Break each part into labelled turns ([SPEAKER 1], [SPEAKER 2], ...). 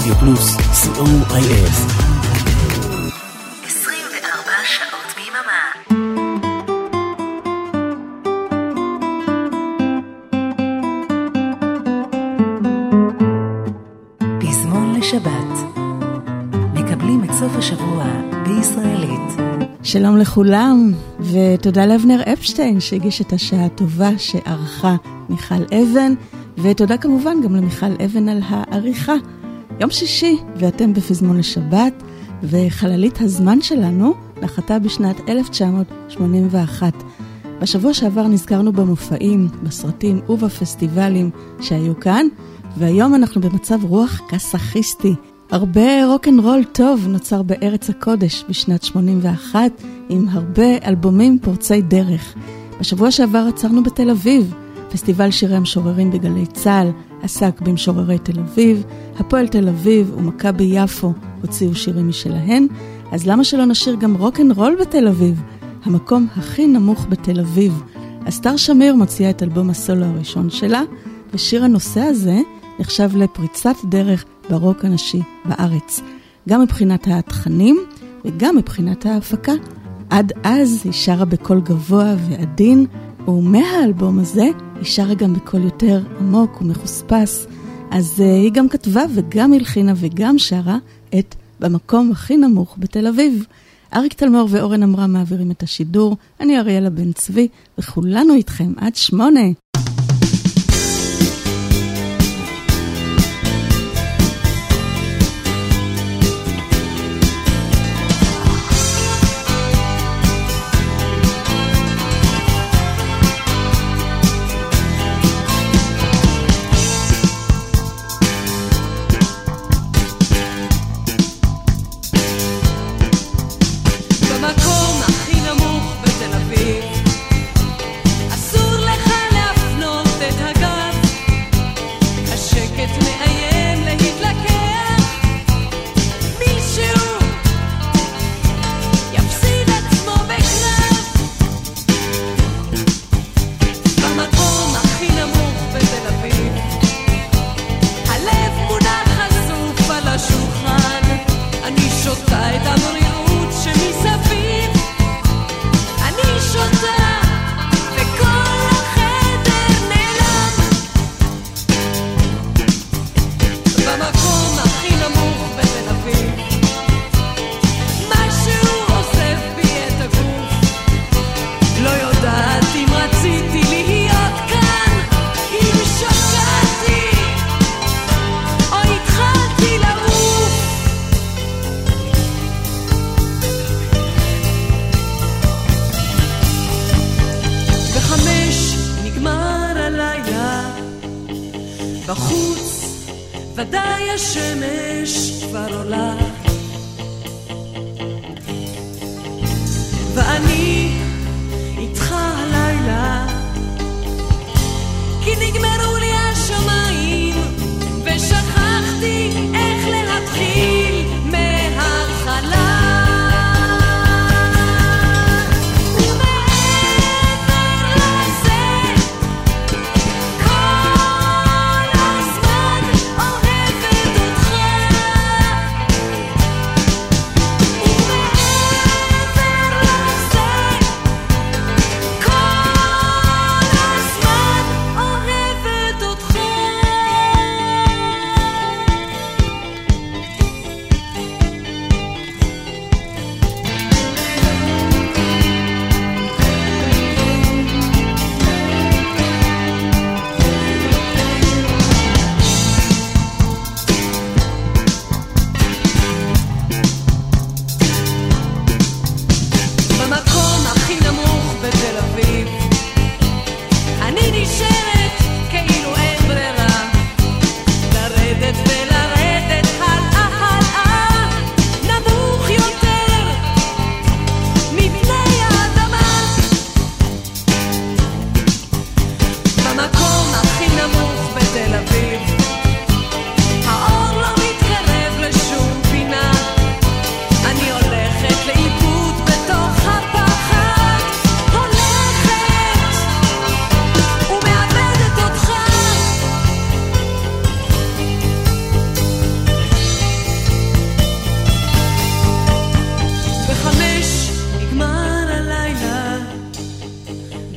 [SPEAKER 1] רדיו פלוס, co.il.
[SPEAKER 2] 24 שעות ביממה. פזמון לשבת. מקבלים את סוף השבוע בישראלית.
[SPEAKER 3] שלום לכולם, ותודה לאבנר אפשטיין שהגיש את השעה הטובה שערכה מיכל אבן, ותודה כמובן גם למיכל אבן על העריכה. יום שישי, ואתם בפזמון לשבת, וחללית הזמן שלנו נחתה בשנת 1981. בשבוע שעבר נזכרנו במופעים, בסרטים ובפסטיבלים שהיו כאן, והיום אנחנו במצב רוח קסאכיסטי. הרבה רוק'נ'רול טוב נוצר בארץ הקודש בשנת 81, עם הרבה אלבומים פורצי דרך. בשבוע שעבר עצרנו בתל אביב, פסטיבל שירי המשוררים בגלי צהל עסק במשוררי תל אביב, הפועל תל אביב ומכבי יפו הוציאו שירים משלהן, אז למה שלא נשאיר גם רוק'נ'רול בתל אביב, המקום הכי נמוך בתל אביב. אסתר שמיר מוציאה את אלבום הסולו הראשון שלה, ושיר הנושא הזה נחשב לפריצת דרך ברוק הנשי בארץ, גם מבחינת התכנים וגם מבחינת ההפקה. עד אז היא שרה בקול גבוה ועדין, ומהאלבום הזה היא שרה גם בקול יותר עמוק ומחוספס. אז היא גם כתבה וגם הלחינה וגם שרה את במקום הכי נמוך בתל אביב. אריק תלמור ואורן אמרה מעבירים את השידור. אני אריאלה בן צבי, וכולנו איתכם עד 8.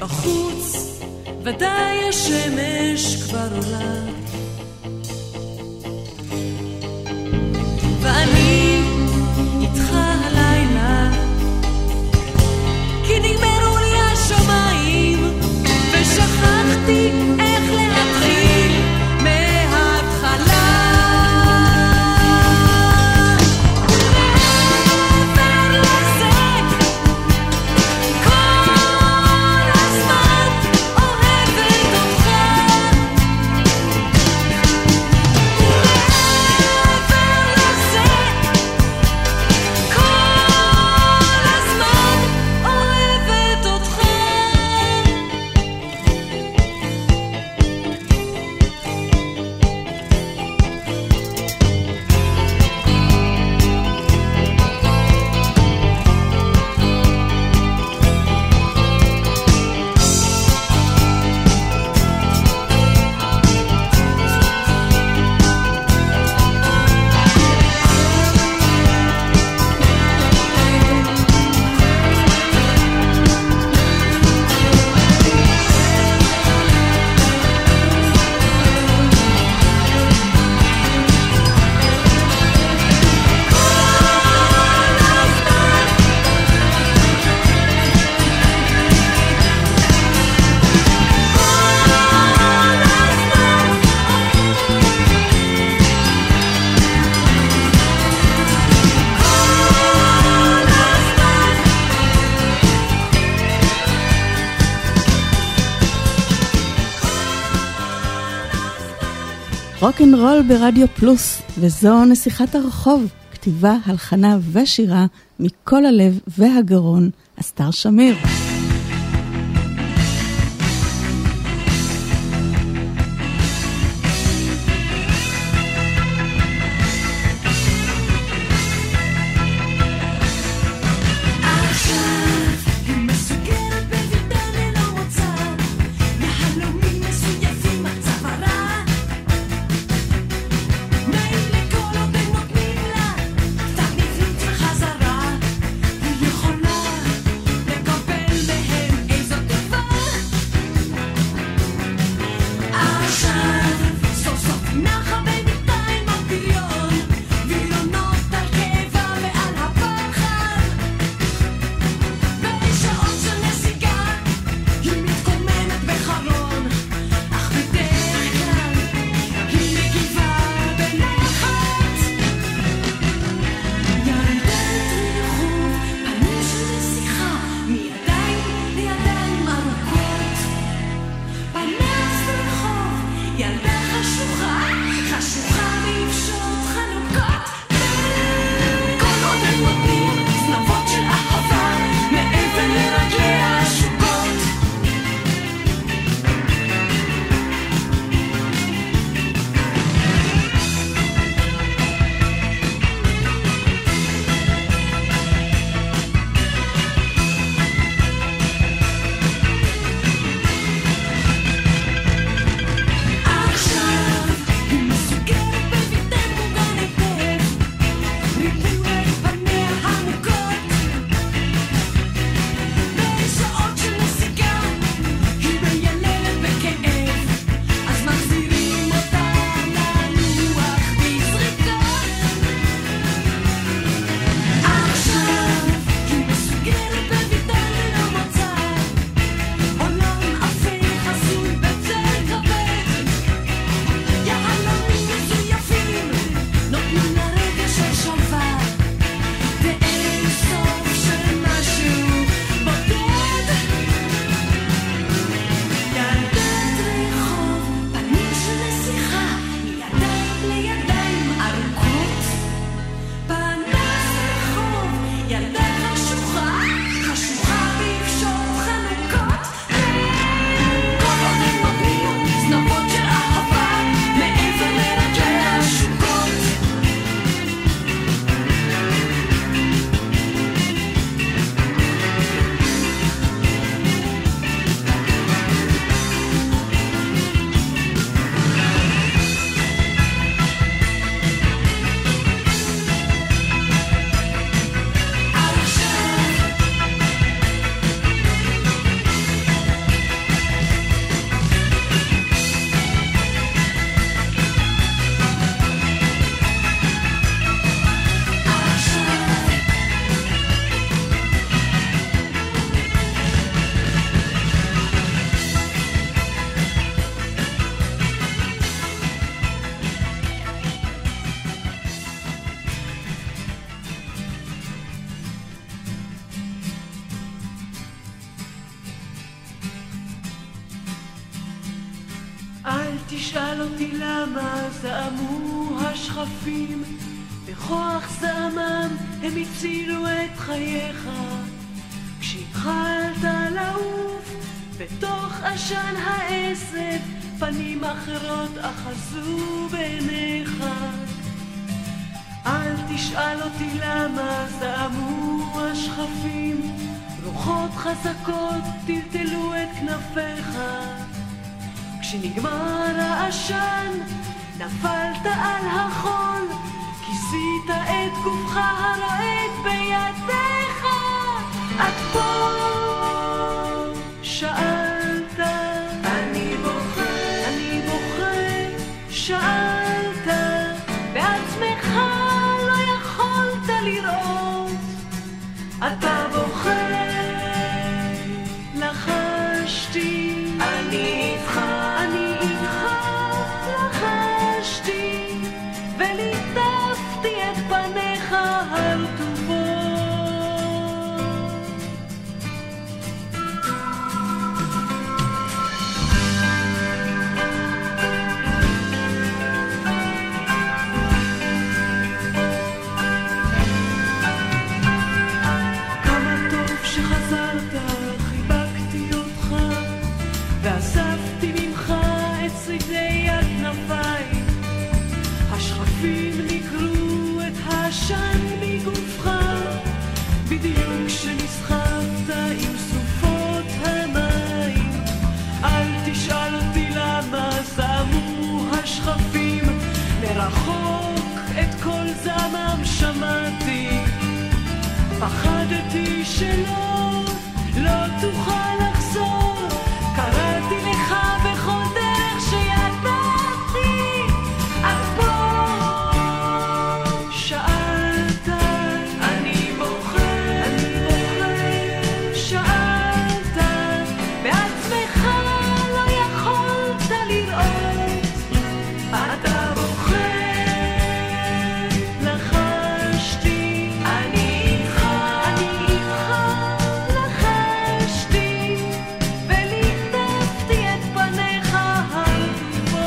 [SPEAKER 4] בחוץ ודאי השמש כבר עולה, ואני איתך הלילה, כי נגמרו לי השמיים ושכחתי איך להתחיל מההתחלה. מעבר לזה כל הזמן אוהבת אותך, מעבר לזה כל הזמן אוהבת אותך.
[SPEAKER 3] רוק'נ'רול ברדיו פלוס, וזו נסיכת הרחוב, כתיבה, הלחנה ושירה מכל הלב והגרון, אסתר שמיר.
[SPEAKER 4] יכולה לקבל
[SPEAKER 5] תשאל אותי למה זעמו השכפים, בכוח זעמם הם הצילו את חייך. כשהתחלת לעוף בתוך עשן העשב, פנים אחרות אחזו בעיניך. אל תשאל אותי למה זעמו השכפים, רוחות חזקות טלטלו את כנפיך. כשנגמר העשן נפלת על החול, כיסית את גופך הרועד בידיך. עד פה שאלת, אני בוכה, שאלת, בעצמך לא יכולת לראות. אתה בוכה, לחשתי, אני איתך, לחשתי, וליטפתי את פניך הרטובות. כמה טוב שחזרת, חיבקתי אותך, ואספתי ממך את שרידי הכנפיים. השכפים ניגרו את העשן מגופך, בדיוק כשנסחפת עם סופות המים. אל תשאל אותי למה זעמו השכפים, מרחוק את כל זעמם שמעתי. פחדתי שלא, לא תוכל לחזור, קראתי לך בכל דרך שידעתי. עד פה שאלת, אני בוכה, שאלת, בעצמך לא יכולת לראות. אתה בוכה, לחשתי, אני איתך, לחשתי, וליטפתי את פניך הרטובות.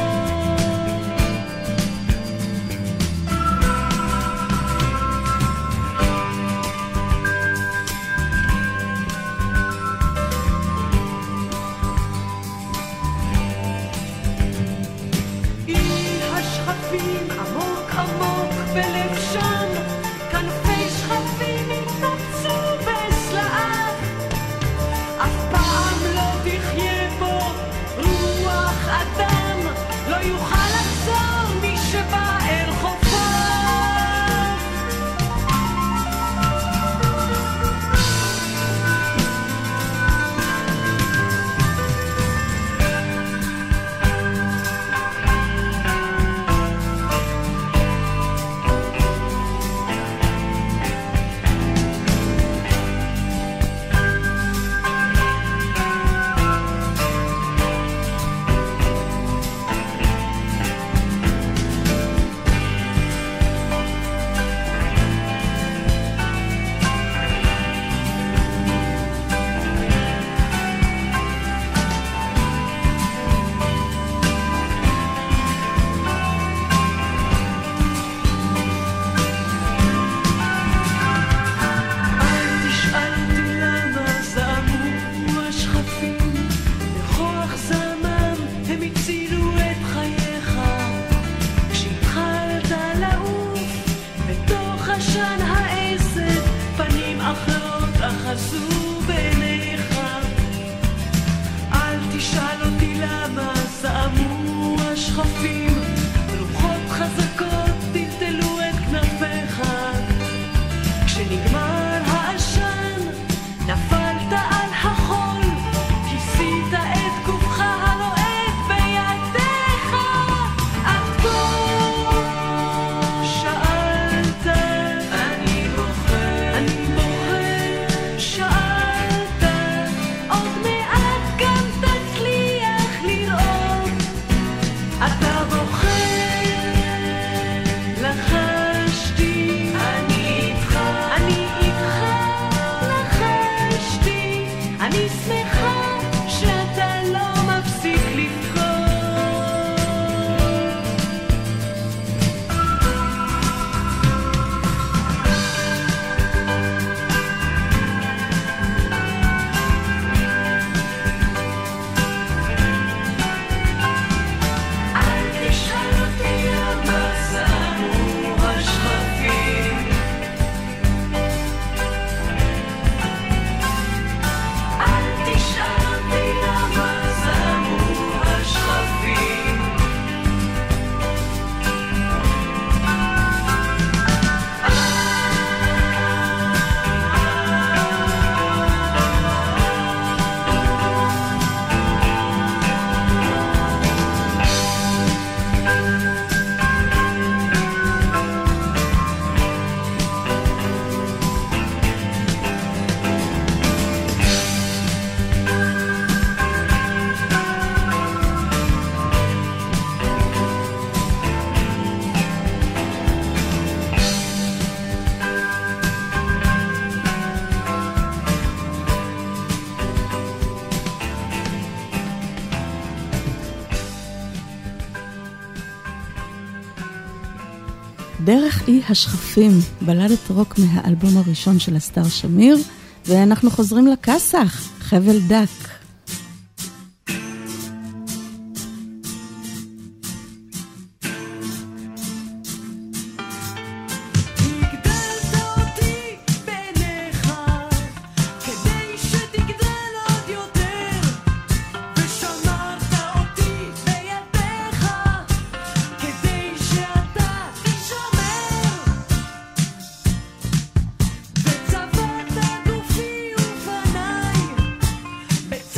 [SPEAKER 5] אי השכפים עמוק עמוק בלב שם, כנפי שכפים התנפצו בסלעיו. אף פעם לא תחיה פה רוח אדם, לא יוכל לחזור מי שבא אל חופיו. אתה בוכה,
[SPEAKER 3] דרך אי השכפים, בלדת רוק מהאלבום הראשון של אסתר שמיר, ואנחנו חוזרים לקסח, חבל דק.
[SPEAKER 5] בצוות הגופי ופניי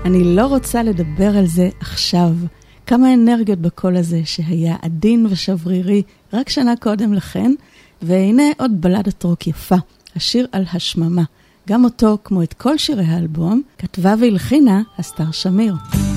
[SPEAKER 3] אני לא רוצה לדבר על זה עכשיו. כמה אנרגיות בקול הזה שהיה עדין ושברירי רק שנה קודם לכן, והנה עוד בלדת רוק יפה, השיר על השממה. גם אותו, כמו את כל שירי האלבום, כתבה והלחינה אסתר שמיר.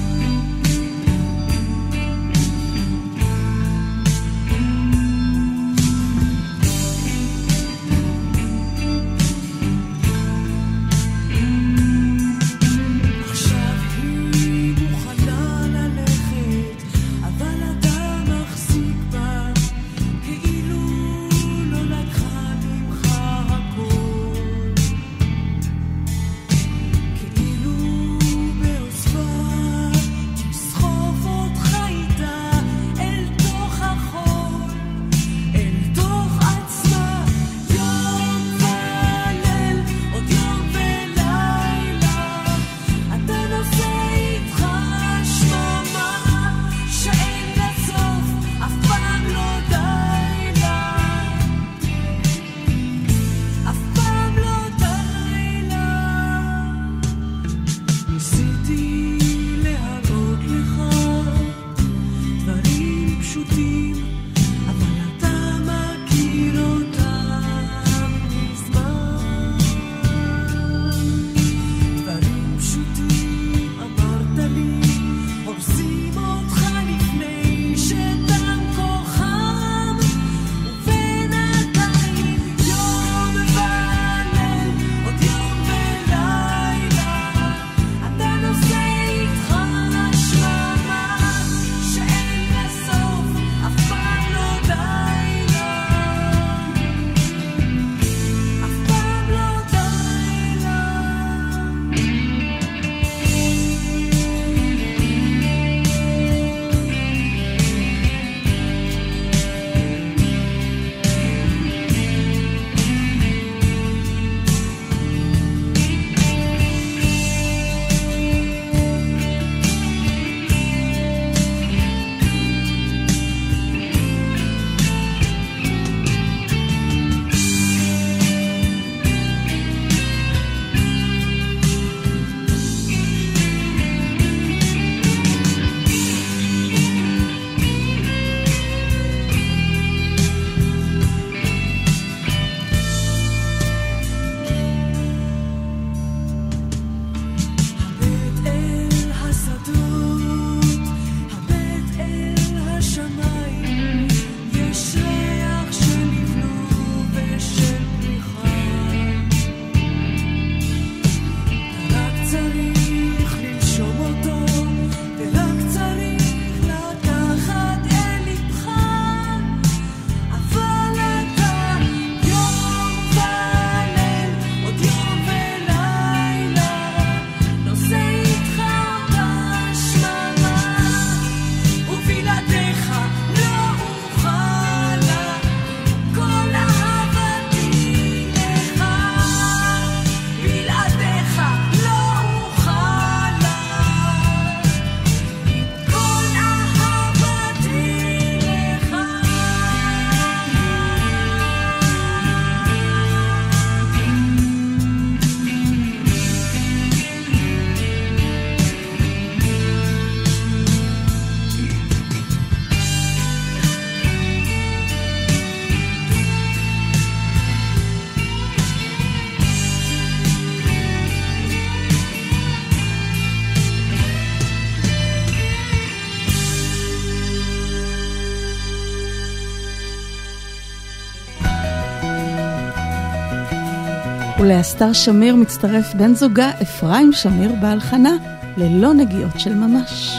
[SPEAKER 3] ולאסתר שמיר מצטרף בן זוגה אפרים שמיר בהלחנה ללא נגיעות של ממש.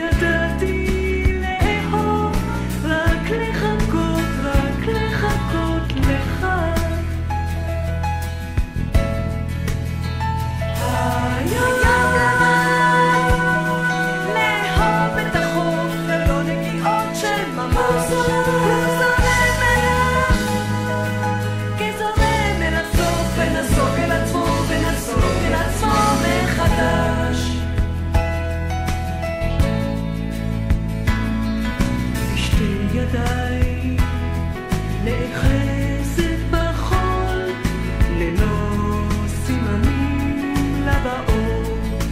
[SPEAKER 5] לחכות נאחזת בחול ללא סימנים לבאות.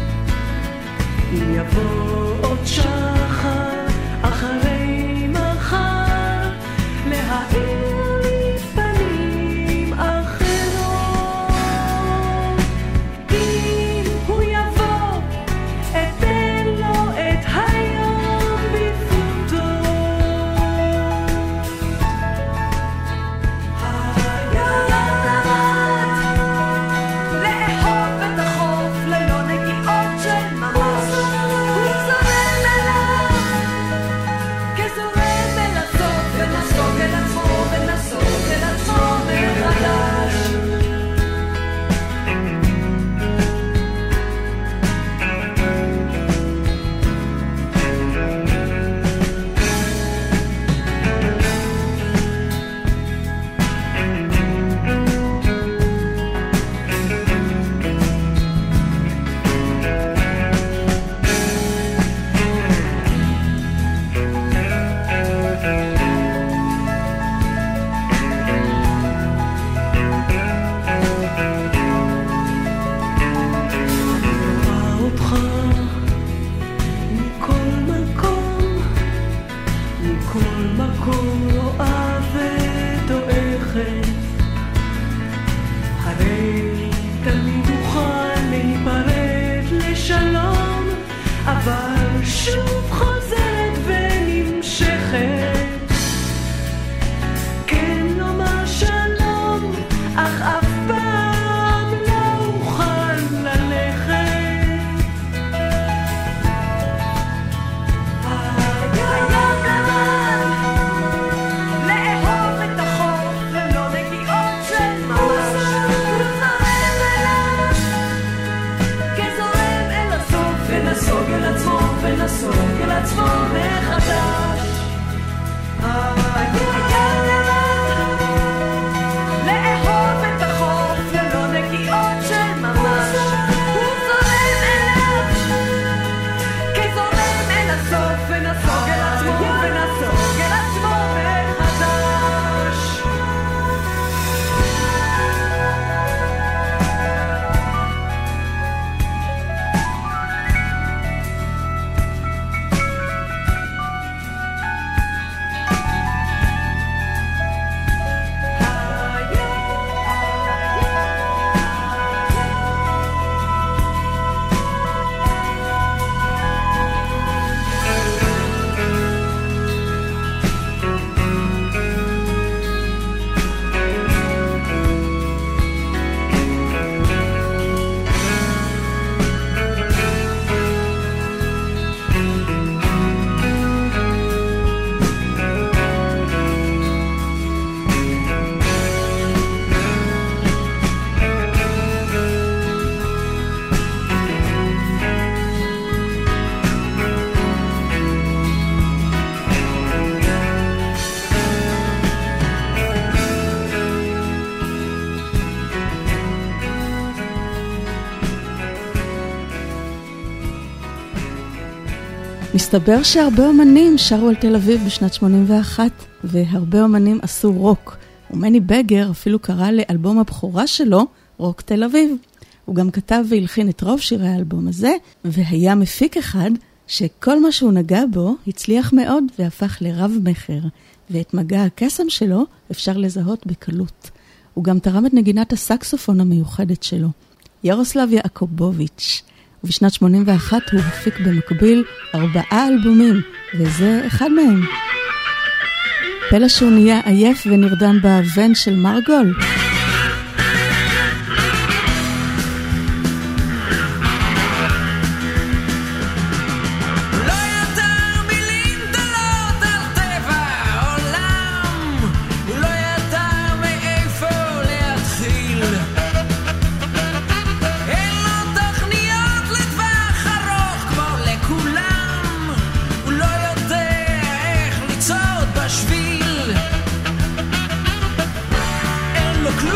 [SPEAKER 5] יבוא עוד שחר אחרי מחר להאיר לי פנים אחרות. אם הוא יבוא אתן לו את היום בפרוטו. לאהוב את החוף ללא נגיעות של ממש. הוא זורם אליו כזורם אל הסוף, ונסוג אל עצמו ונסוג אל עצמו מחדש. שוב חוזרת ונמשכת. כן לומר שלום, אך אף פעם לא אוכל ללכת. היום לבן, לאהוב את החוף ללא נגיעות של ממש. הוא זורם אליו כזורם אל הסוף, ונסוג אל עצמו ונסוג אל עצמו מחדש. היום לבן, לאהוב את החוף ללא נגיעות של ממש. הוא זורם אליו כזורם אל הסוף, ונסוג אל עצמו ונסוג אל עצמו מחדש.
[SPEAKER 3] מסתבר שהרבה אומנים שרו על תל אביב בשנת 81, והרבה אומנים עשו רוק. ומני בגר אפילו קרא לאלבום הבכורה שלו רוק תל אביב. הוא גם כתב והלחין את רוב שירי האלבום הזה, והיה מפיק אחד שכל מה שהוא נגע בו הצליח מאוד והפך לרב מחר, ואת מגע הקסם שלו אפשר לזהות בקלות. הוא גם תרם את נגינת הסקסופון המיוחדת שלו, ירוסלב יעקובוביץ'. ובשנת 81 הוא הפיק במקביל 4 אלבומים, וזה אחד מהם. פלא שהוא נהיה עייף ונרדם באבן של מרגול.
[SPEAKER 4] אין לו כלום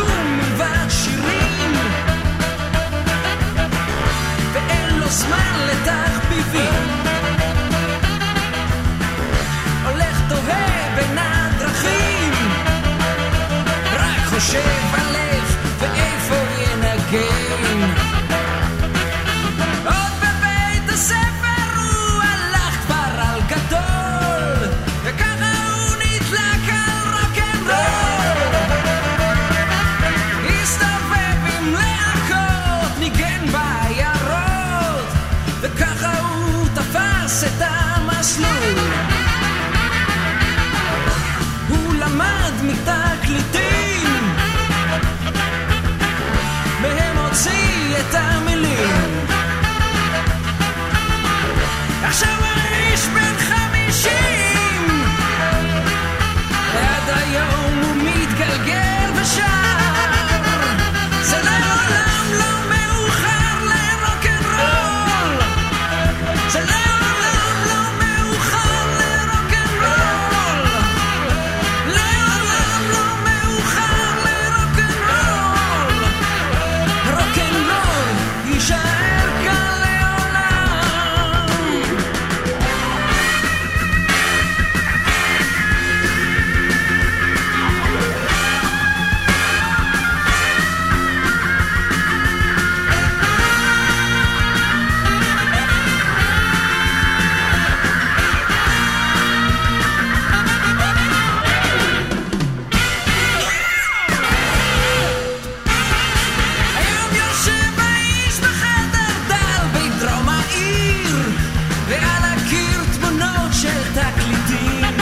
[SPEAKER 6] חושב הלב ואיפה ינגן. עוד בבית הספר הוא הלך כבר על גדול, וככה הוא נדלק על רוק'נ'רול. הסתובב עם להקות, ניגן בעיירות, וככה הוא תפס את המסלול. הוא למד מתקליטים, מהם הוציא את המילים. עכשיו האיש בן 50, ועד היום הוא מתגלגל ושר. זה לעולם לא מאוחר לרוק'נ'רול, זה לעולם לא מאוחר לרוק'נ'רול, לעולם לא מאוחר לרוק'נ'רול. רוק'נ'רול יישאר כאן לעולם. היום יושב האיש בחדר דל בדרום העיר, ועל הקיר תמונות של תקליטים.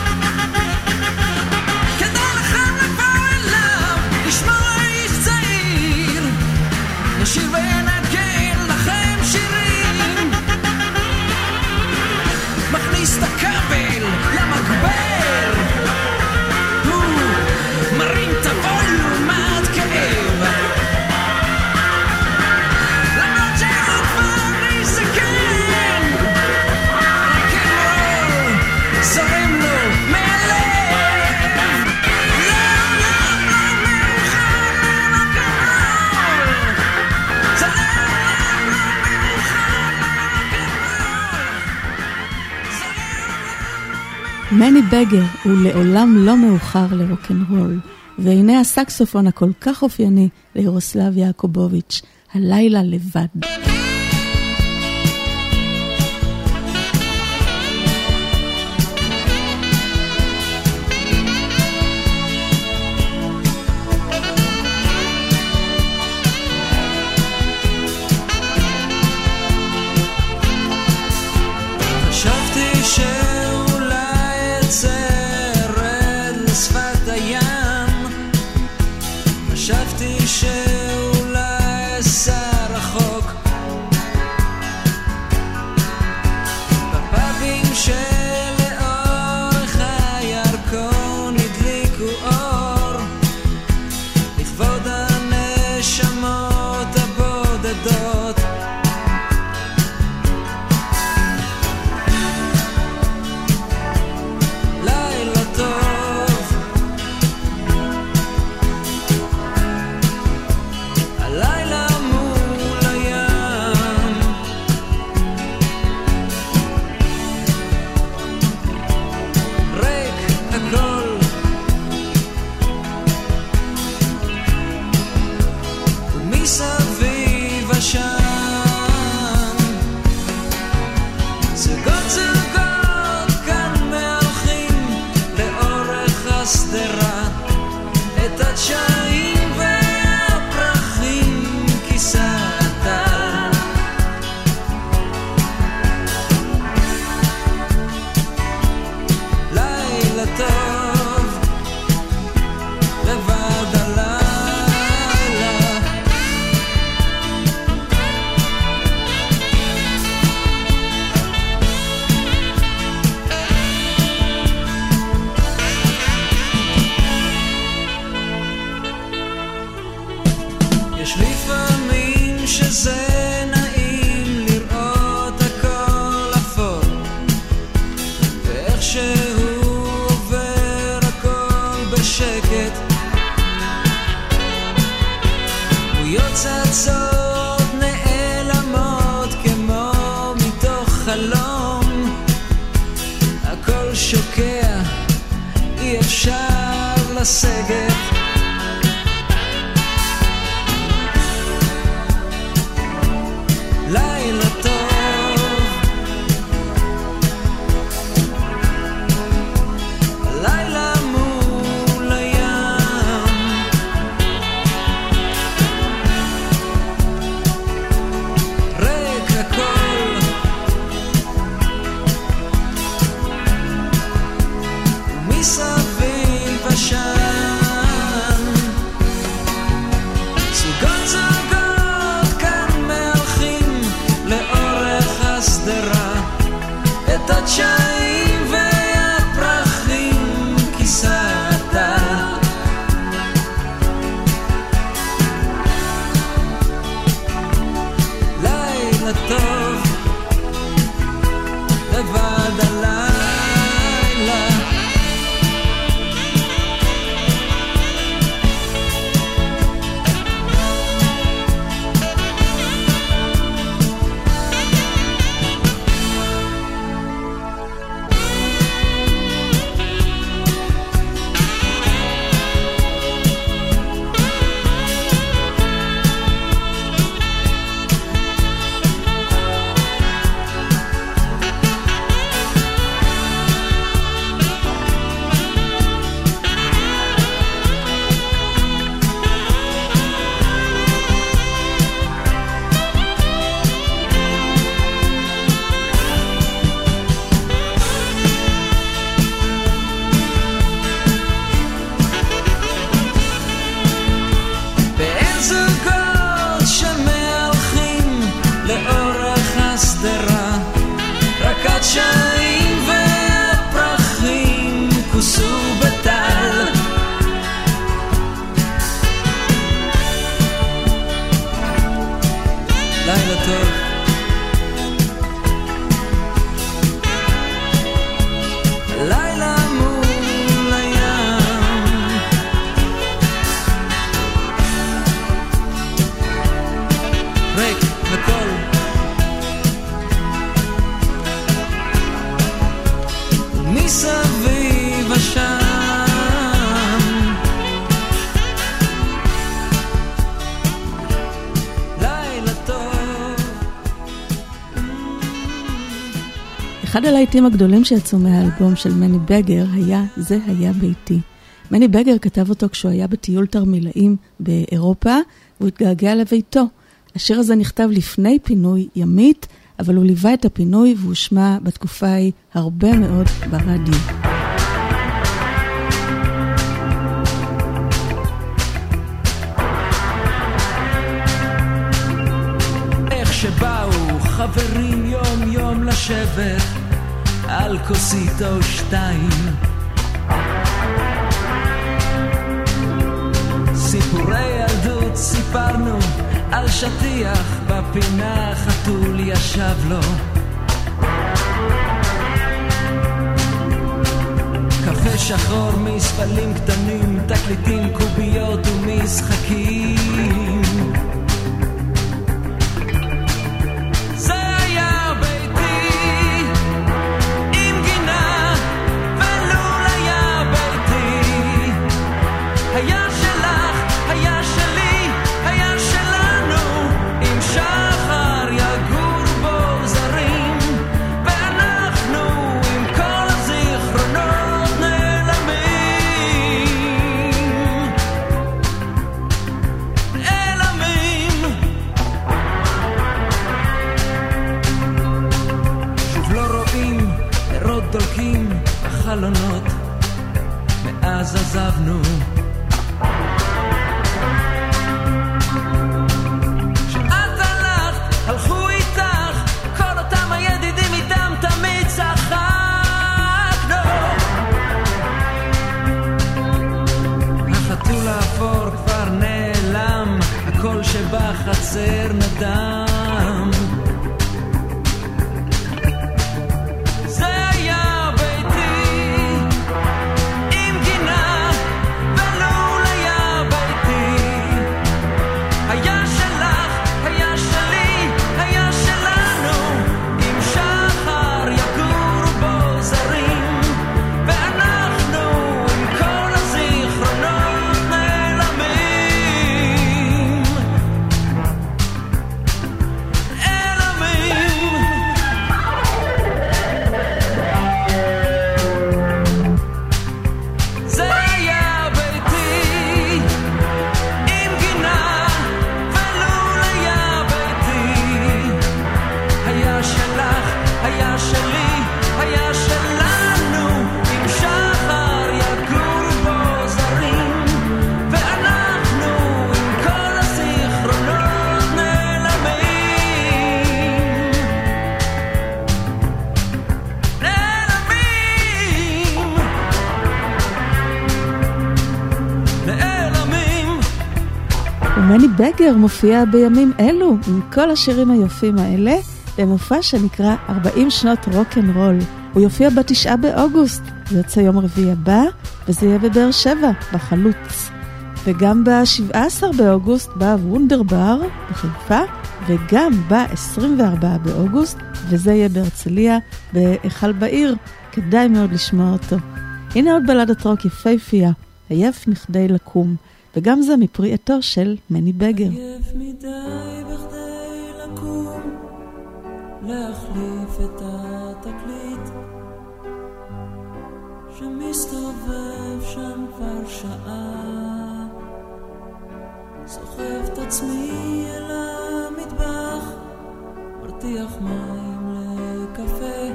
[SPEAKER 6] כדאי לכם לבוא אליו, לשמוע איש צעיר, ישיר וינגן לכם שירים. מכניס את הכבל למגבר, הוא מרים את הווליום עד כאב. למרות שהוא כבר איש זקן, רוק'נ'רול זורם לו מהלב. לעולם לא מאוחר לרוק'נ'רול, זה לעולם לא מאוחר לרוק'נ'רול, זה לעולם.
[SPEAKER 3] מני בגר הוא לעולם לא מאוחר לרוק'נ'רול, והנה הסקסופון הכל כך אופייני לירוסלב יעקובוביץ', הלילה לבד.
[SPEAKER 6] חשבתי שאולי אצרד לשפת הים, חשבתי שאולי אסע רחוק בפאבים שלאורך הירקון הדליקו אור לכבוד הנשמות הבודדות. לילה טוב, הלילה מול הים, ריק הכל, ומסביב השם זוגות זוגות כאן מהלכים לאורך השדרה, את הדשאים והפרחים כיסתה. לילה טוב, לבד הלילה, יש לפעמים שזה נעים לראות הכל אפור, ואיך שהוא עובר הכל בשקט, ויוצצות נעלמות כמו מתוך חלום, הכל שוקע, אי אפשר לסגת. לילה טוב, לילה מול הים, ריק הכל, ומסביב עשן, זוגות זוגות כאן מהלכים לאורך השדרה, את הדשאים והפרחים כיסת, לילה טוב לבד הלילה, הדשאים והפרחים כוסו בטל, לילה טוב, לילה מול הים, ריק הכל, מסביב השם, לילה טוב.
[SPEAKER 3] אחד הלהיטים הגדולים שיצאו מהאלבום של מני בגר היה "זה היה ביתי". מני בגר כתב אותו כשהוא היה בטיול תרמילאים באירופה, והוא התגעגע לביתו. השיר הזה נכתב לפני פינוי ימית, אבל הוא ליווה את הפינוי והוא שמע בתקופה ההיא הרבה מאוד ברדיו.
[SPEAKER 6] איך שבאו חברים יום יום לשבת על כוסית או שתיים, סיפורי ילדות סיפרנו על שטיח בפינה, חתול ישב לו, קפה שחור מספלים קטנים, תקליטים, קוביות ומשחקים. זה היה ביתי עם גינה ולול, היה ביתי, היה שלך, היה שלי, היה שלנו, עם שחר יגור בו זרים, ואנחנו עם כל הזיכרונות נעלמים, נעלמים. שוב לא רואים נרות דולקים בחלונות, מאז עזבנו, הלכו איתך כל אותם הידידים, איתם תמיד צחקנו. החתול האפור כבר נעלם, הכל שבחצר נדם. זה היה ביתי עם גינה ולול, היה ביתי, היה שלך, היה שלי, היה שלנו, עם שחר יגור בו זרים, ואנחנו עם כל הזיכרונות נעלמים,
[SPEAKER 3] ומני בגר מופיע בימים אלו עם כל השירים היופים האלה במופע שנקרא 40 שנות רוק'נ'רול. הוא יופיע ב9 באוגוסט, זה יוצא יום רביעי הבא, וזה יהיה בבאר שבע, בחלוץ. וגם ב17 באוגוסט בא וונדרבר בחיפה, וגם ב24 באוגוסט, וזה יהיה בהרצליה, בהיכל בעיר. כדאי מאוד לשמוע אותו. הנה עוד בלדת רוק יפהפייה, עייף מכדי לקום, וגם זה מפרי עטו של מני בגר.
[SPEAKER 6] עייף מדי בכדי לקום, להחליף את התקליט שמסתובב שם כבר שעה, סוחב את עצמי אל המטבח, מרתיח מים לקפה,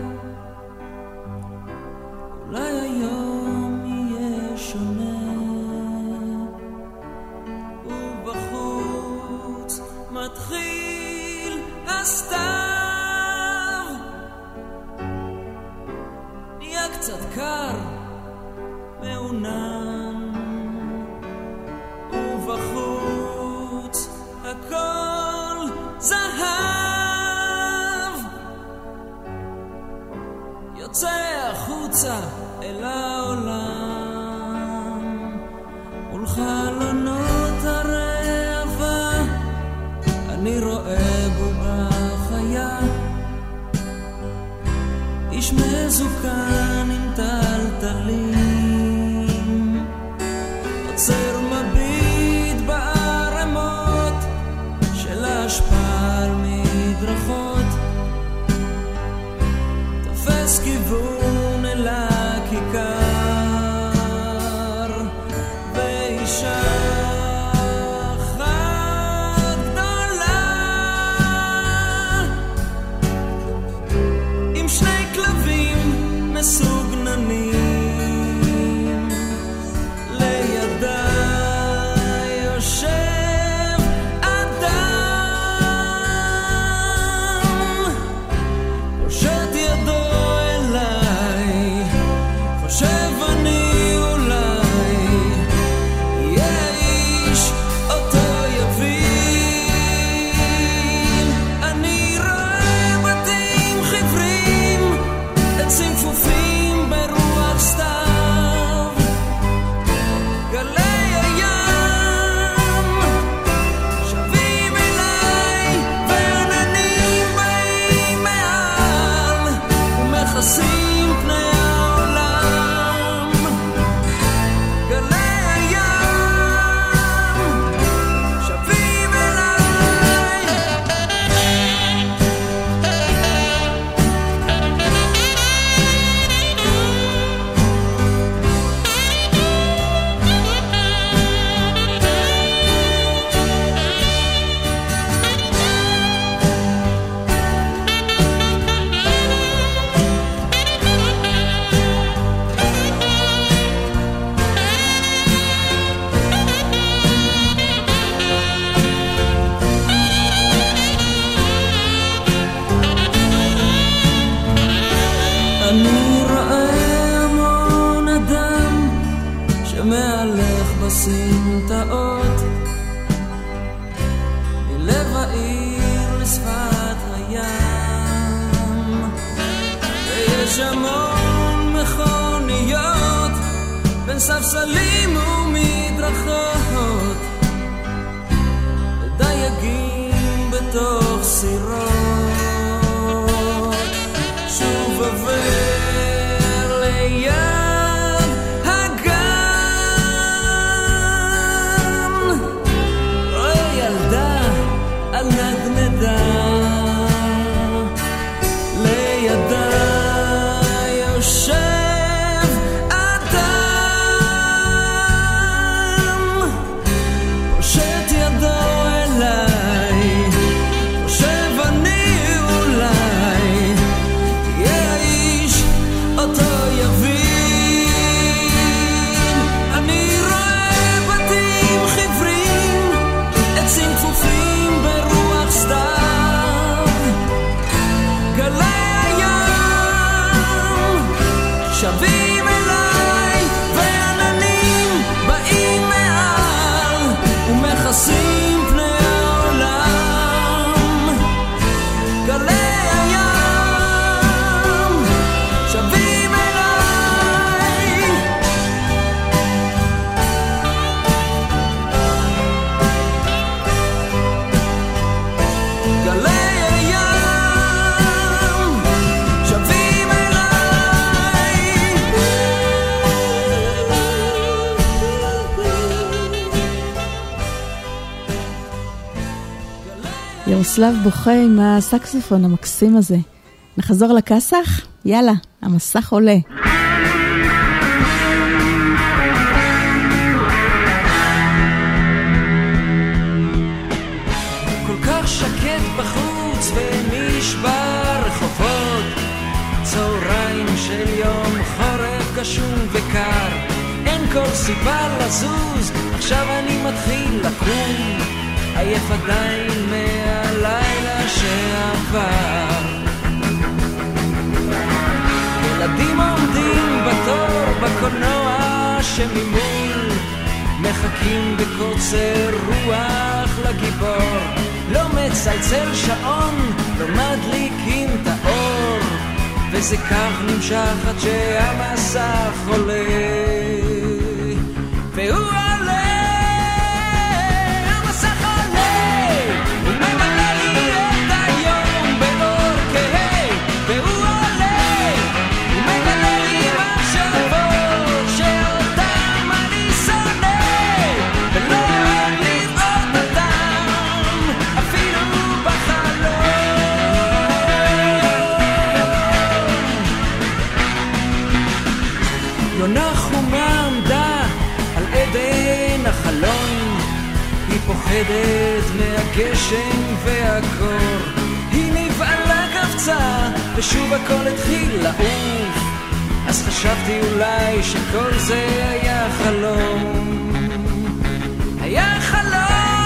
[SPEAKER 6] אולי היום יהיה שונה, ובחוץ מתחיל הסתיו, נהיה קצת קר, מעונן, ובחוץ הכל זהב, יוצא החוצה אל העולם, מול חלונות הרעבה, אני רואה בו בחיה, איש מזוקן עם טלטלים, עוצר מביט בערמות של ההשפעה על מדרכות, תופס כיוון אל הכיכר, ואישה אחת גדולה עם שני כלבים מסוגננים, לידה יושב אדם, פושט ידו אליי, חושב אני אולי יהיה איש אותו יבין, אני רואה בתים חיוורים, עצים כפופים ברוח סתיו, גלי הים שבים אליי, ועננים באים מעל ומכסים פני העולם, גלי הים שבים אליי. אני רואה המון אדם שמהלך בסמטאות, מלב העיר לשפת הים, ויש המון מכוניות בין ספסלים ומדרכות, ודייגים בתוך סירות, שוב עובר ליד הגן, רואה ילדה על נדנדה, לידה יושב אדם,
[SPEAKER 3] ירוסלב בוכה עם הסקסופון המקסים הזה. נחזור לקסח? יאללה, המסך עולה.
[SPEAKER 6] כל כך שקט בחוץ ונשבר רחובות, צהריים של יום חורף גשום וקר, אין כל סיבה לזוז, עכשיו אני מתחיל לקום, עייף עדיין מהלילה שעבר. ילדים עומדים בתור בקולנוע שממול, מחכים בקוצר רוח לגיבור, לא מצלצל שעון, לא מדליקים את האור, וזה כך נמשך עד שהמסך עולה, והוא עולה, המסך עולה, הוא ממלא לי את היום באור כהה, והוא עולה, הוא מגלה לי מחשבות שאותם אני שונא, ולא אוהב לראות אותם אפילו בחלום. יונה חומה עמדה על עדן החלון, היא פוחדת מהגשם והקור, היא נבעלה קפצה ושוב הכל התחיל לעוף, אז חשבתי אולי שכל זה היה חלום, היה חלום.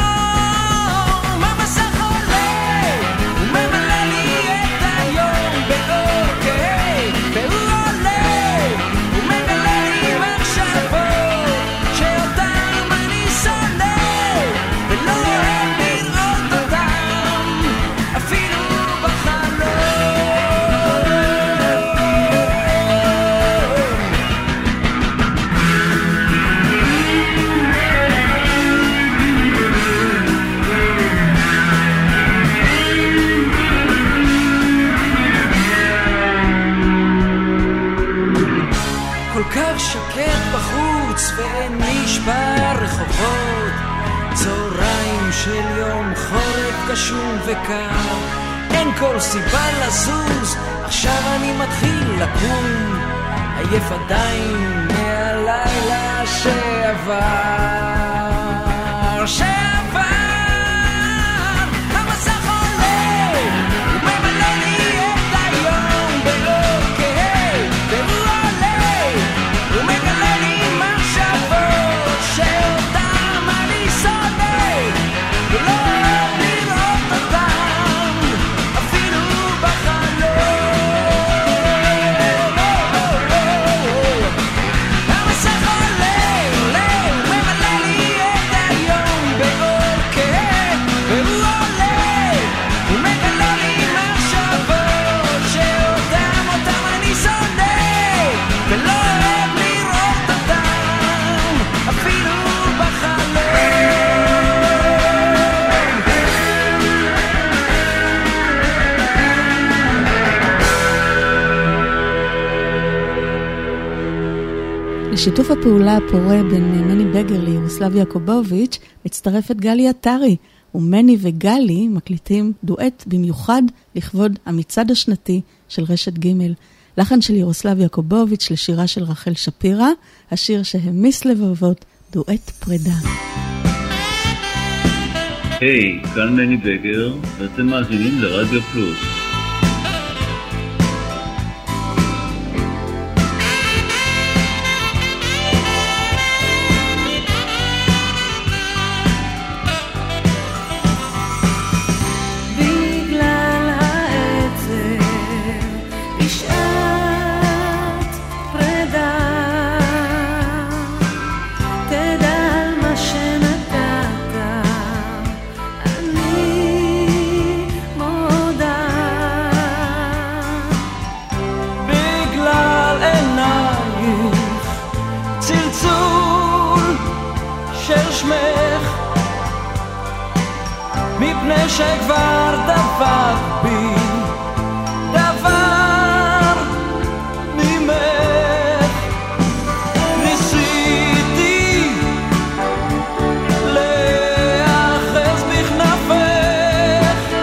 [SPEAKER 6] המסך עולה, הוא ממלא לי את היום באור כהה, והוא עולה, הוא מגלה לי מחשבות שאותם אני שונא, ולא אוהב לראות אותם אפילו בחלום. כל כך שקט בחוץ ואין נשבר רחובות, צהריים של יום חורף גשום וקר, אין כל סיבה לזוז, עכשיו אני מתחיל לקום, עייף עדיין מהלילה שעבר. המסך עולה, הוא ממלא לי את היום באור כהה, והוא עולה, הוא מגלה לי מחשבות שאותם אני שונא, ולא אוהב לראות אותם אפילו בחלום. המסך עולה, הוא ממלא לי את היום באור כהה, והוא עולה, הוא מגלה לי מחשבות שאותם אני שונא, ולא אוהב לראות אותם אפילו בחלום.
[SPEAKER 3] לשיתוף הפעולה הפורה בין מני בגר לירוסלב יעקובוביץ' מצטרפת גלי עטרי, ומני וגלי מקליטים דואט במיוחד לכבוד המצעד השנתי של רשת ג', לחן של ירוסלב יעקובוביץ' לשירה של רחל שפירא, השיר שהמיס לבבות, דואט פרידה.
[SPEAKER 7] היי, כאן מני בגר, ואתם מאזינים לרדיו פלוס.
[SPEAKER 4] בגלל העצב בשעת פרידה, תדע על מה שנתת, אני מודה.
[SPEAKER 6] בגלל עינייך צלצול של שמך, מפני שכבר דבק בי דבר ממך, ניסיתי להיאחז בכנפך,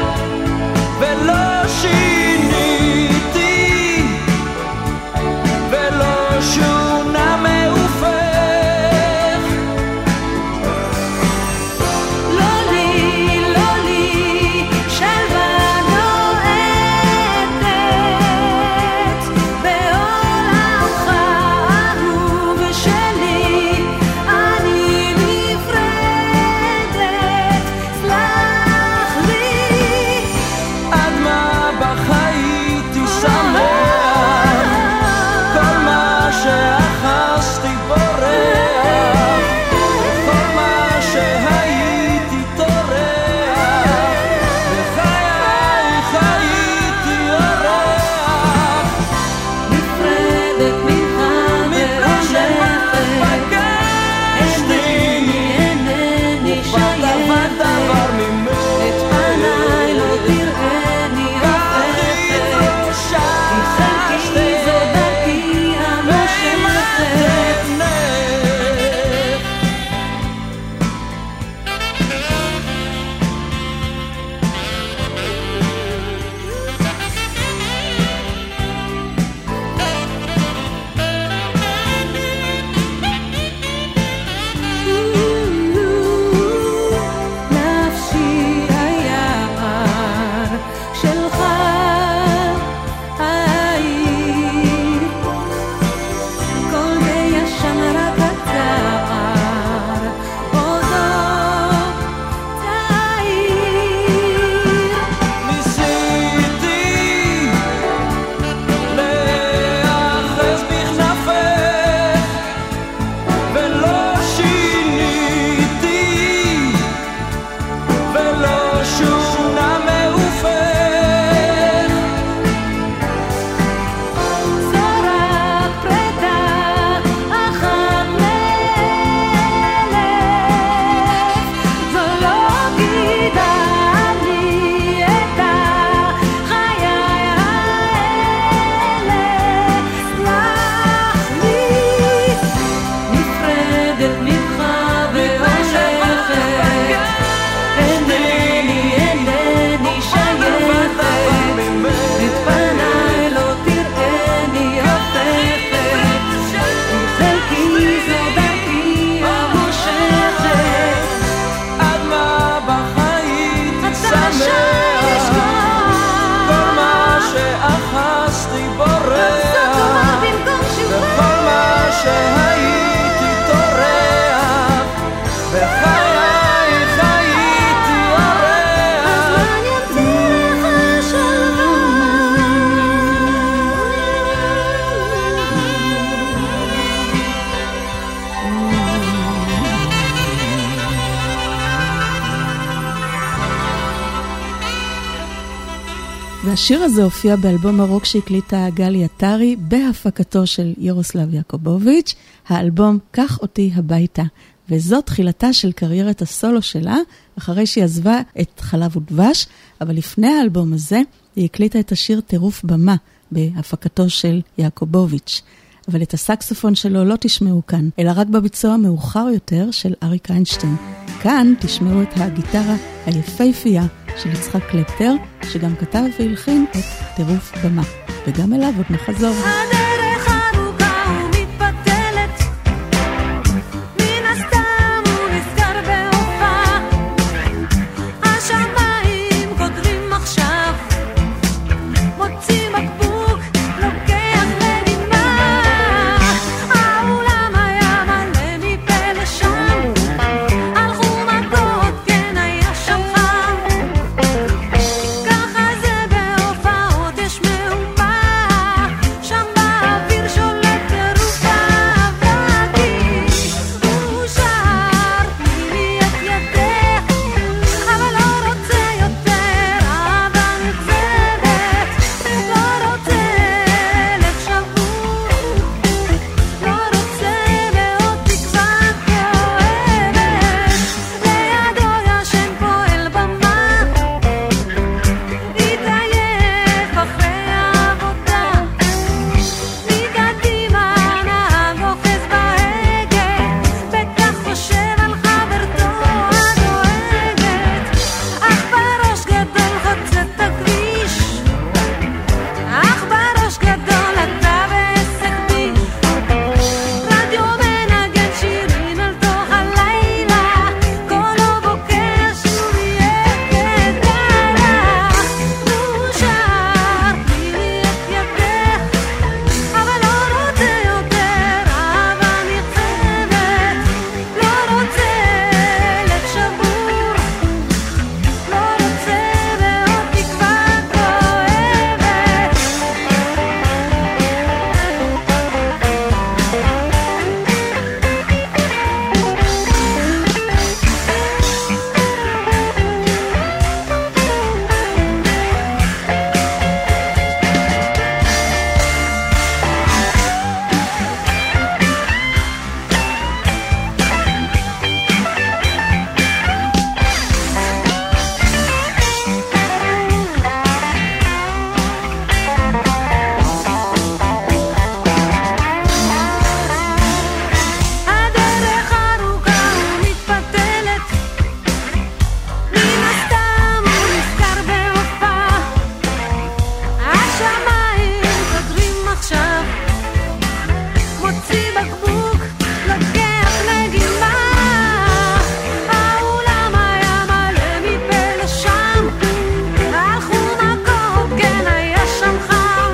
[SPEAKER 3] והשיר הזה הופיע באלבום הרוק שהקליטה גלי עטרי בהפקתו של ירוסלב יעקובוביץ', האלבום "קח אותי הביתה", וזאת תחילתה של קריירת הסולו שלה, אחרי שהיא עזבה את חלב ודבש, אבל לפני האלבום הזה היא הקליטה את השיר טירוף במה בהפקתו של יעקובוביץ'. אבל את הסקסופון שלו לא תשמעו כאן, אלא רק בביצוע מאוחר יותר של אריק איינשטיין. כאן תשמעו את הגיטרה היפהפייה של יצחק קלפטר, שגם כתב והלחין את טירוף במה, וגם אליו עוד נחזור.
[SPEAKER 4] הדרך ארוכה ומתפתלת, מן הסתם הוא נזכר בהופעה, השמיים קודרים עכשיו, מוציא בקבוק, לוקח לנימה, העולם היה מלא מפה לשם, הלכו מכות, כן היה שם חם, ככה זה בהופעות יש מהומה, שם באוויר שולט טירוף אבקים, הוא שר תני את ידך, אבל לא רוצה יותר אהבה נצבת, לא רוצה לב שבור, לא רוצה מאוד תקווה כואבת, לידו ישן פועל במה, התעייף אחרי העבודה, מקדימה נהג אוחז בהגה, בכך חושב על חברתו הדואגת, אך בראש גדול חוצה את הכביש, אך בראש גדול אתה בעסק ביש, רדיו מנגן שירים אל תוך הלילה, קולו בוקע שוב יהיה כדרך, הוא שר תני את ידך, אבל לא רוצה יותר אהבה נרחבת, לא רוצה לב שבור, לא רוצה מאוד תקווה כואבת. הדרך ארוכה ומתפתלת, מן הסתם הוא נזכר בהופעה, השמיים קודרים עכשיו, מוציא בקבוק, לוקח לגימה, העולם היה מלא מפה לשם, הלכו מכות, כן היה שם חם,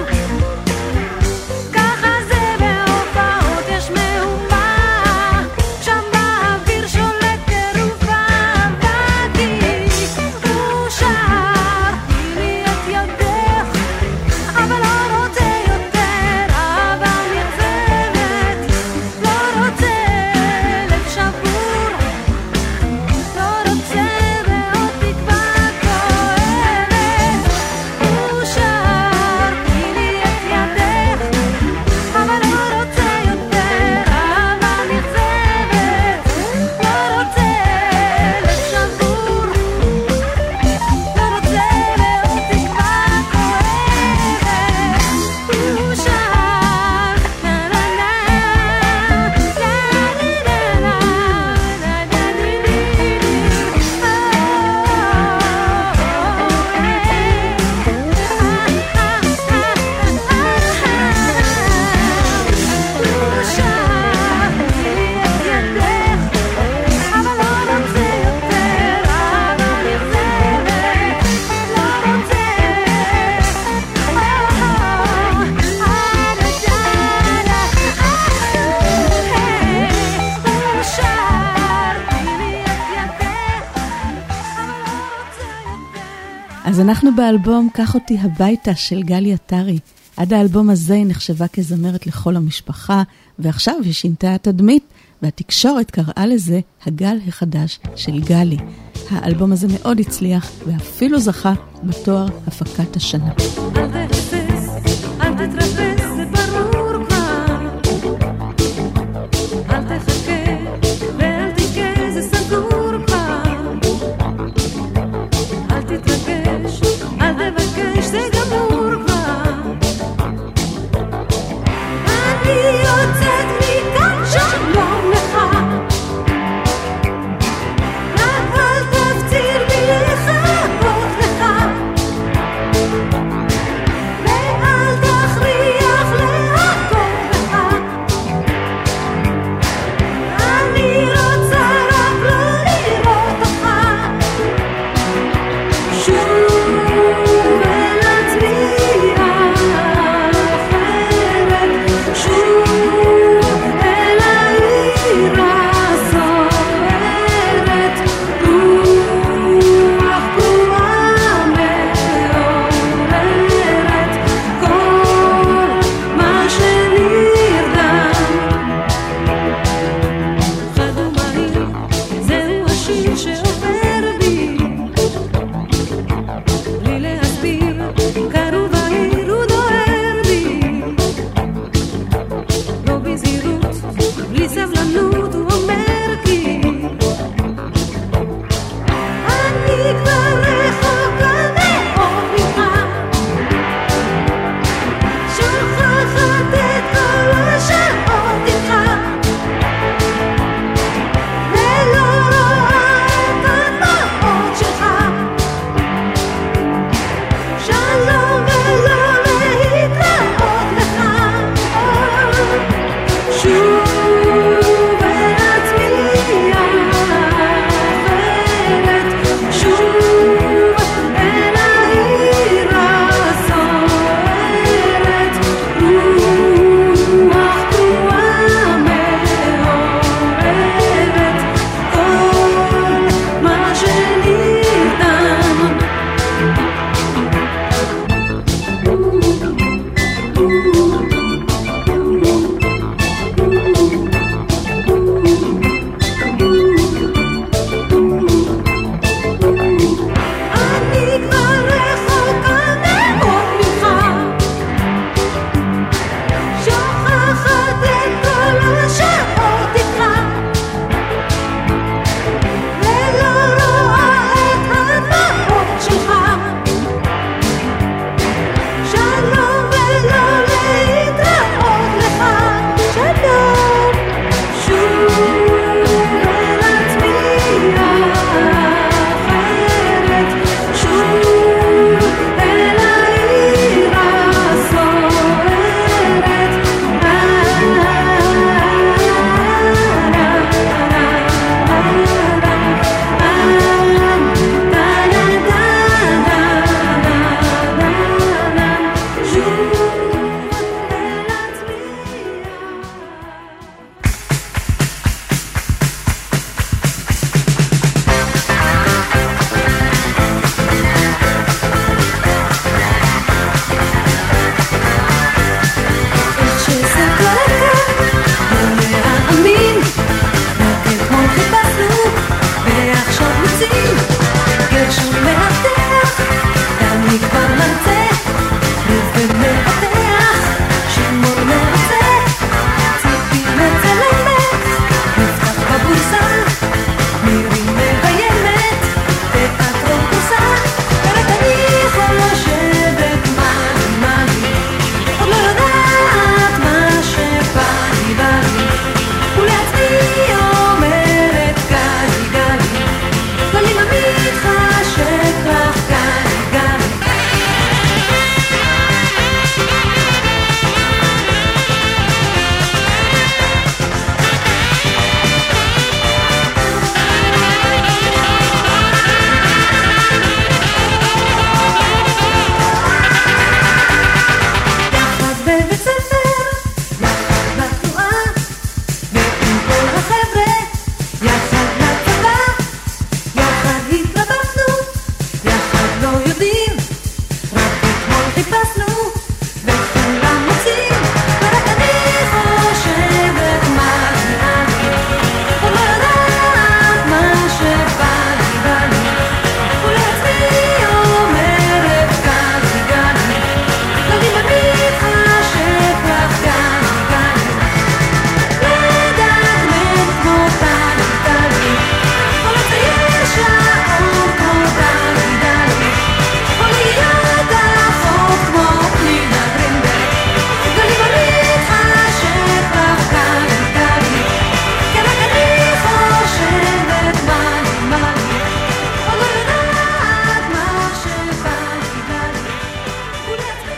[SPEAKER 4] ככה זה בהופעות יש מהומה, שם באוויר שולט טירוף אבקים, הוא שר תני את ידך, אבל לא רוצה יותר אהבה נרחבת, לא רוצה לב שבור, לא רוצה מאוד תקווה כואבת, הוא שר תני את ידך, אבל לא רוצה יותר אהבה נרחבת, לא רוצה לב שבור, לא רוצה מאוד תקווה כואבת, הוא שר נה נה נה
[SPEAKER 3] אז אנחנו באלבום "קח אותי הביתה" של גלי עטרי. עד האלבום הזה היא נחשבה כזמרת לכל המשפחה, ועכשיו היא שינתה התדמית, והתקשורת קראה לזה הגל החדש של גלי. האלבום הזה מאוד הצליח, ואפילו זכה בתואר הפקת השנה.
[SPEAKER 4] אל תהסס, אל תתרפס, זה ברור כבר. אל תחכה ואל תבכה, זה סגור כבר. אל תתרגש, אל תבקש, זה גמור כבר. אני יוצאת מכאן, שלום לך. רק אל תפציר בי לחכות לך. ואל תכריח להכות לך. אני רוצה רק לא לראות אותך. שוב אל עצמי אחרת, שוב אל העיר הסוערת, רוח פרועה מעוררת כל מה שנרדם. חד ומהיר, זהו השיר שעובר בי, בלי להסביר, קר ובהיר הוא דוהר בי. לא בזהירות, בלי סבלנות הוא אומר כי אני כבר רחוקה מאוד ממך, שוכחת את כל השעות איתך, ולא רואה את הדמעות שלך. שלום ולא להתראות לך. שוב אל עצמי אחרת, שוב אל העיר הסוערת, רוח פרועה מעוררת כל מה שנרדם. אני כבר רחוקה מאוד ממך, שוכחת את כל השעות איתך, ולא רואה את הדמעות שלך. שלום ולא להתראות לך. שלום. שוב אל עצמי אחרת, שוב אל העיר הסוערת. איך שזה קורה כאן, לא להאמין. רק אתמול חיפשנו ועכשיו מוצאים. גרשון מאבטח, דני כבר מרצה, ראובן מאבטח, שמעון מרצה, ציפי מצלמת, נפתח בבורסה, מירי מביימת, תיאטרון כוסה, ורק אני יכול לשבת מה לי, עוד לא יודעת מה שבא לי, ולעצמי אומרת גלי גלי,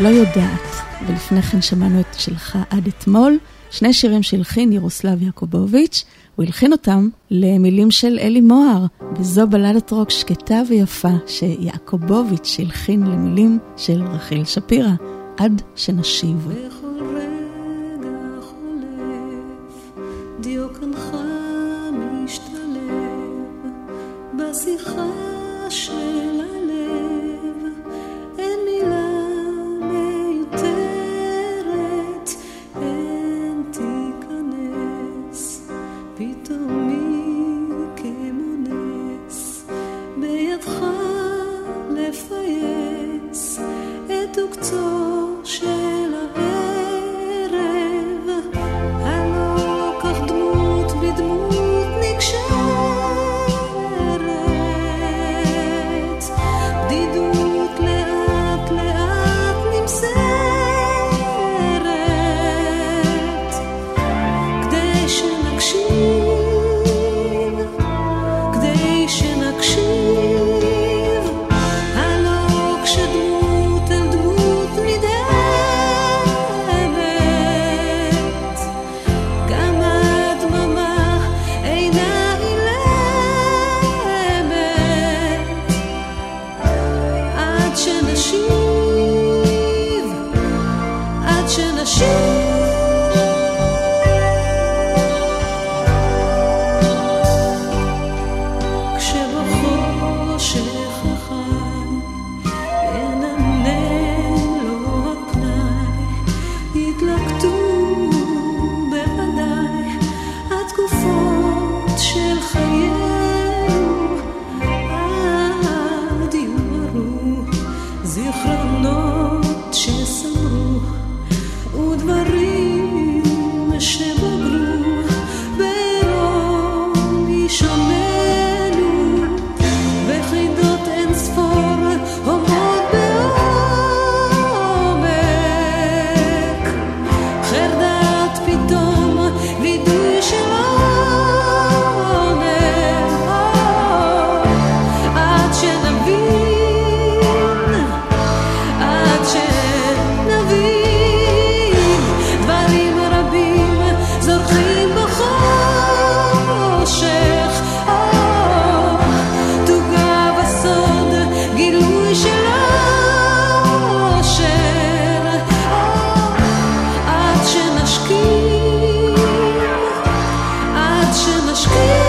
[SPEAKER 3] לא יודעת, ולפני כן שמענו את שלך עד אתמול, שני שירים שהלחין ירוסלב יעקובוביץ', הוא הלחין אותם למילים של אלי מוהר, וזו בלדת רוק שקטה ויפה שיעקובוביץ' הלחין למילים של רחל שפירא, עד שנשיב.
[SPEAKER 4] בכל רגע חולף, דיוקנך משתלב, בשיחה של הלב, אין מילה מיותרת, אין תיכנס, פתאום היא כמו נס, בידך לפייס את עוקצו של הערב, הלא כך דמות בדמות נקשרת, בדידות לאט לאט נמסרת, כדי שנקשיב, כדי שנקשיב, הלא כשדמות אל דמות נדהמת, גם הדממה אינה אילמת, עד שנשיב, עד שנשיב. כשבחושך החי ינמנם לו הפנאי, יתלקטו בוודאי התקופות של חיינו, עד יומרו זיכרונות שסמרו ודברים שבגרו ברום ישומנו, וחידות אין ספור עומות בעומק, חרדת פתאום וידוי של עונג, עד שנבין, עד שנבין, דברים רבים זורחים בחושך, תוגה בסוד גילוי של אושר, עד שנשכים, עד שנשכים.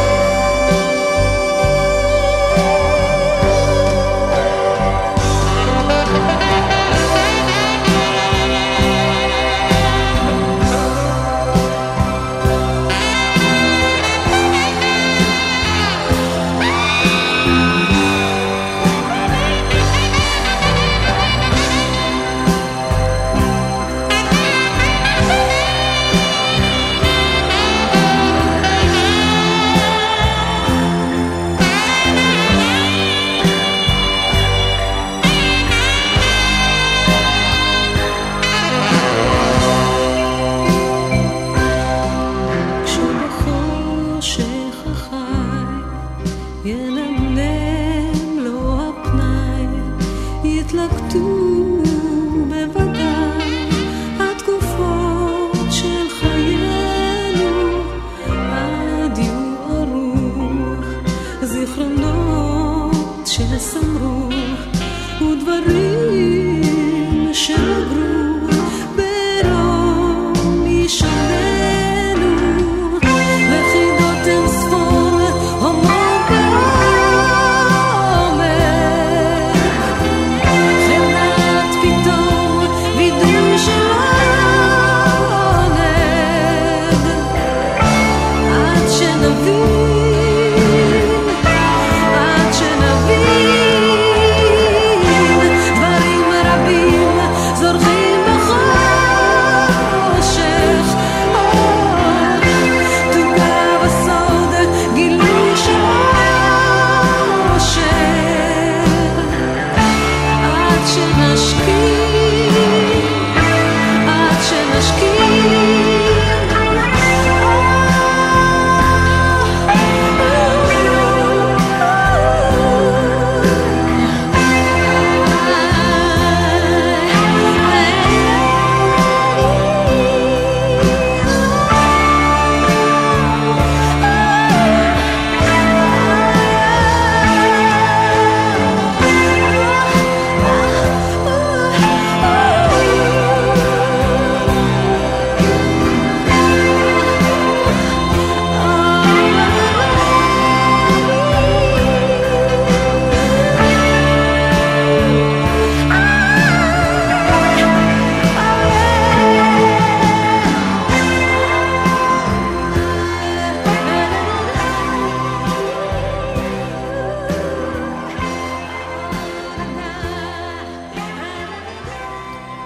[SPEAKER 4] כשבחושך החי ינמנם לו הפנאי, יתלקטו בוודאי התקופות של חיינו, עד יוארו זיכרונות שסמרו ודברים שעברו ברום ישמנו, וחידות אין ספור עומות בעומק, חרדת פתאום וידוי של עונג, עד שנבין, עד שנבין, דברים רבים זורחים בחושך,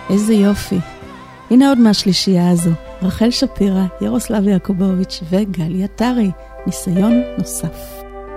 [SPEAKER 3] איזה יופי. הנה עוד מהשלישייה הזו, רחל שפירא, ירוסלב יעקובוביץ' וגלי עטרי, ניסיון נוסף.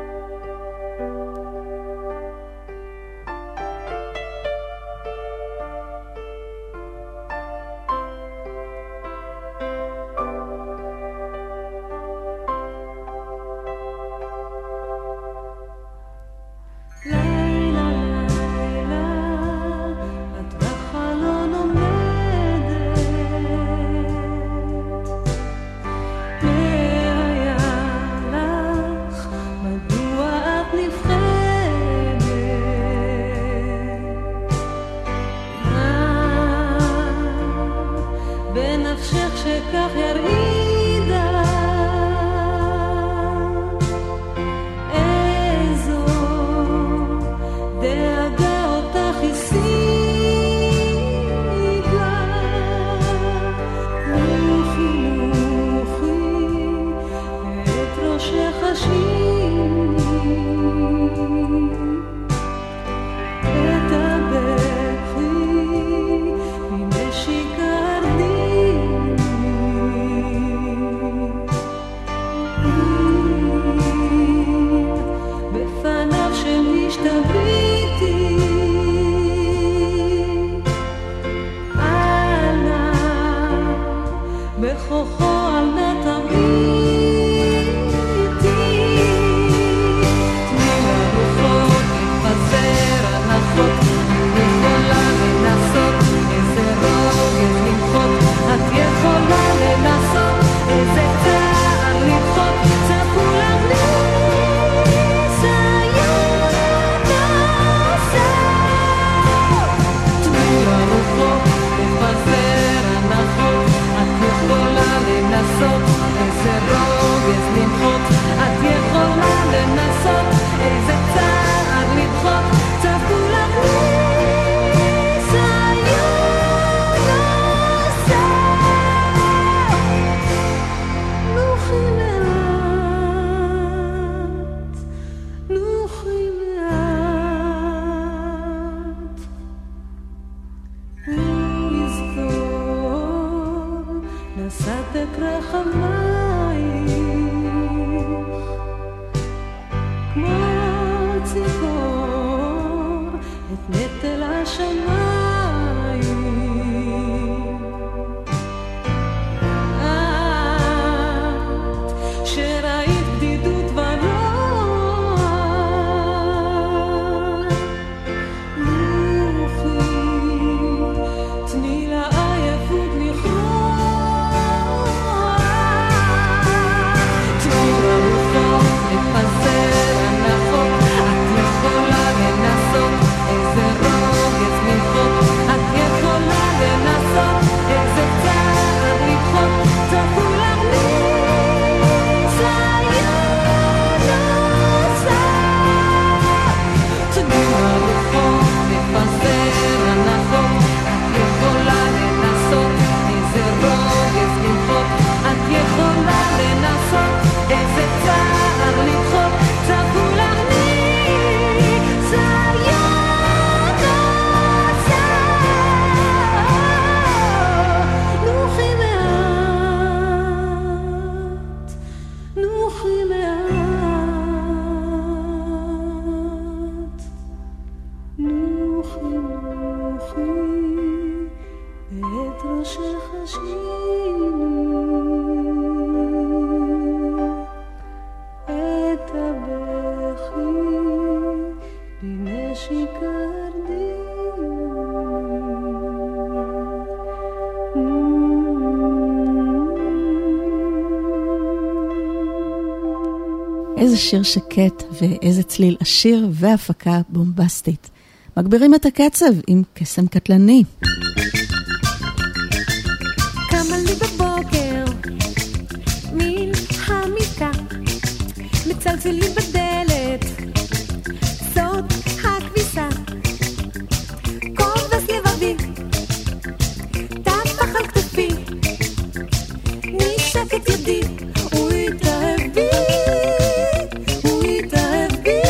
[SPEAKER 3] איזה שיר שקט ואיזה צליל עשיר והפקה בומבסטית. מגבירים את הקצב עם קסם קטלני.
[SPEAKER 4] קמה לי בבוקר מן המיטה, מצלצלים בדלת סוד הכביסה, כובס לבבי טפח על כתפי, נשק את ידי, הוא התאהב בי, הוא התאהב בי.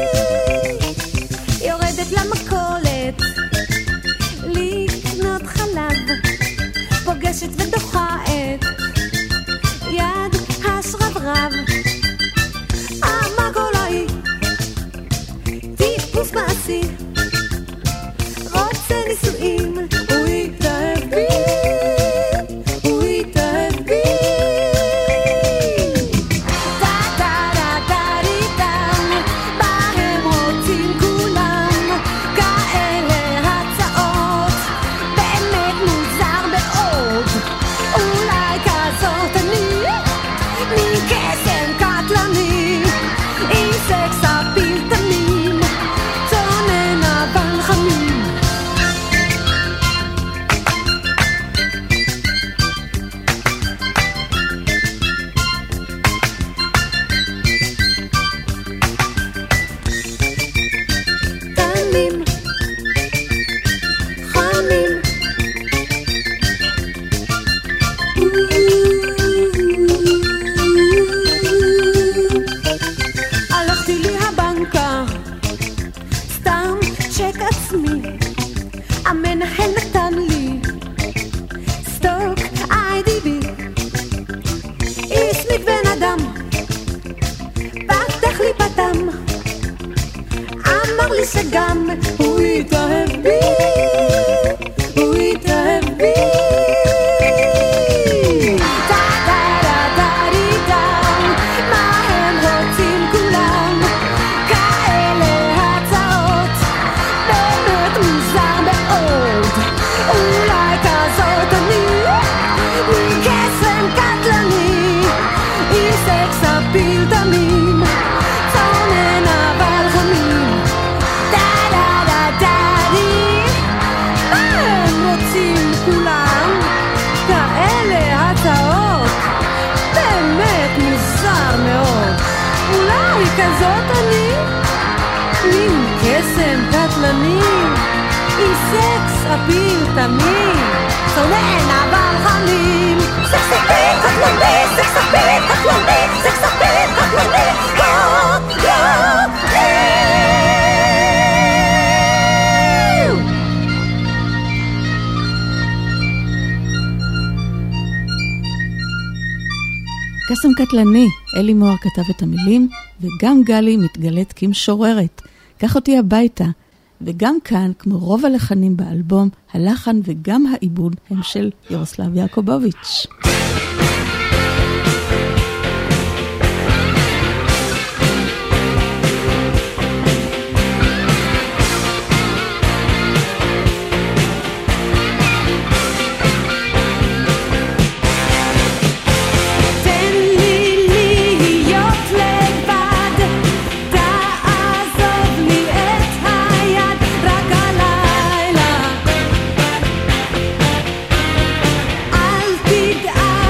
[SPEAKER 4] יורדת למכולת לקנות חלב, חיפוש מעשי, רוצה נישואים, הוא יתאהב בי, הוא יתאהב בי. דה דה דה דה די דם, בהם רוצים כולם, כאלה הצעות, באמת מוזר מאוד, אולי כזאת אני, מקסם קטלני, עם סקס אפיל תמים, צונן אבל חמים. תמים, חמים. הלכתי לי הבנקה, סתם צ'ק עצמי, המנהל נתן לי סטוק IDB, הסמיק בן אדם, פתח לי פתם, אמר לי שגם הוא יתאהב בי, הוא יתאהב בי. דה דה דה דה די דם, מה הם רוצים כולם, כאלה הצעות, באמת מוזר מאוד, אולי כזאת אני, מקסם קטלני, עם סקס אפיל תמים, צונן אבל חמים. דה דה דה דה די, מה הם רוצים כולם, כאלה הצעות, באמת מוזר מאוד, אולי כזאת אני, מין קסם קטלני, עם סקס אפיל תמים, צונן אבל חמים. סקס אפיל קטלני, סקס אפיל קטלני, סקס אפיל קטלני,
[SPEAKER 3] קסם קטלני, אלי מוהר כתב את המילים, וגם גלי מתגלית כמשוררת. קח אותי הביתה. וגם כאן, כמו רוב הלחנים באלבום, הלחן וגם העיבוד הם של ירוסלב יעקובוביץ'.
[SPEAKER 4] תן לי להיות לבד, תעזוב לי את היד רק הלילה, אל תדאג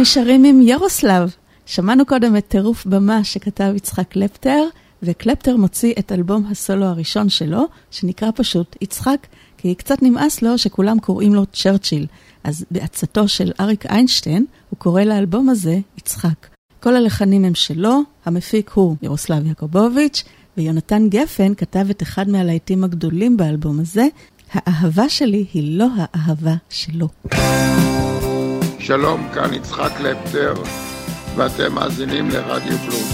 [SPEAKER 3] נשארים עם ירוסלב. שמענו קודם את טירוף במה שכתב יצחק קלפטר, וקלפטר מוציא את אלבום הסולו הראשון שלו, שנקרא פשוט יצחק, כי קצת נמאס לו שכולם קוראים לו צ'רצ'יל. אז בעצתו של אריק איינשטיין, הוא קורא לאלבום הזה יצחק. כל הלחנים הם שלו, המפיק הוא ירוסלב יעקובוביץ', ויונתן גפן כתב את אחד מהלהיטים הגדולים באלבום הזה, האהבה שלי היא לא האהבה שלו.
[SPEAKER 8] שלום, כאן יצחק קלפטר, ואתם מאזינים לרדיו פלוס.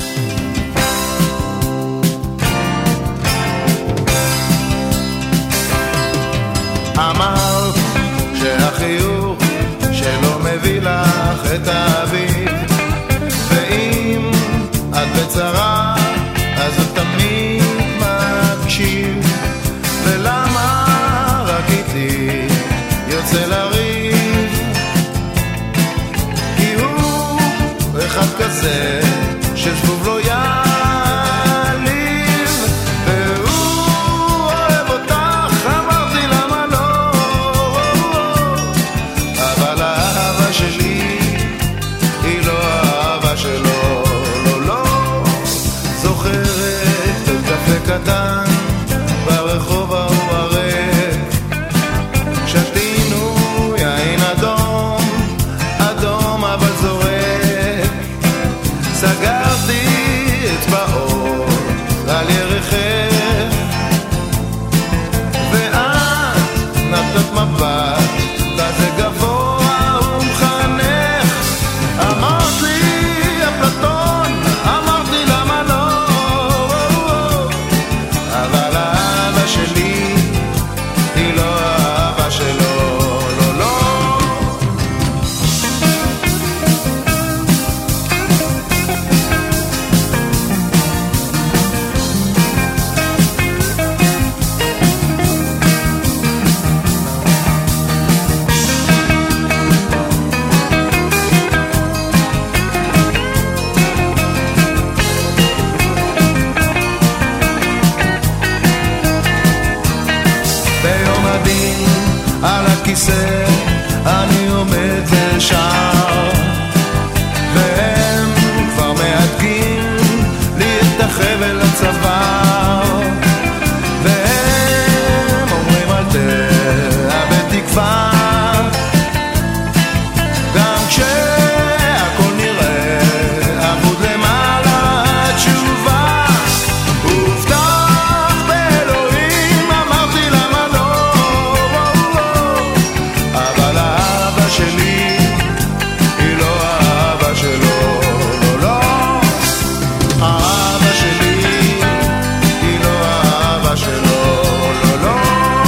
[SPEAKER 9] אמרת שהחיוך שלא מביא לך את האביב, ואם את בצרה אז הוא תמיד מקשיב, ולמה רק איתי יוצא לריב? כי הוא אחד כזה שזבוב לא יעליב, והוא אוהב אותך, אמרתי למה לא, אבל האהבה שלי היא לא האהבה שלו. לא, לא, זוכרת את קפה קטן ברחוב ההוא הריק, שתינו יין אדום, אדום אבל זורק, סגרתי אצבעו על ירכך, ואת נתת מבט כזה גבוה ומחנך, אמרת לי אפלטון, אמרתי למה לא, אבל האהבה שלי היא לא האהבה שלו. לא, לא, ביום הדין על הכיסא אני עומד ושר, והם כבר מהדקים לי את החבל הצוואר, והם אומרים אל תאבד תקווה, גם כשהכל נראה אבוד למעלה תשובה, הובטח באלוהים, אמרתי למה לא, אבל האהבה שלי היא לא האהבה שלו. לא, לא, האהבה שלי היא לא האהבה שלו. לא, לא,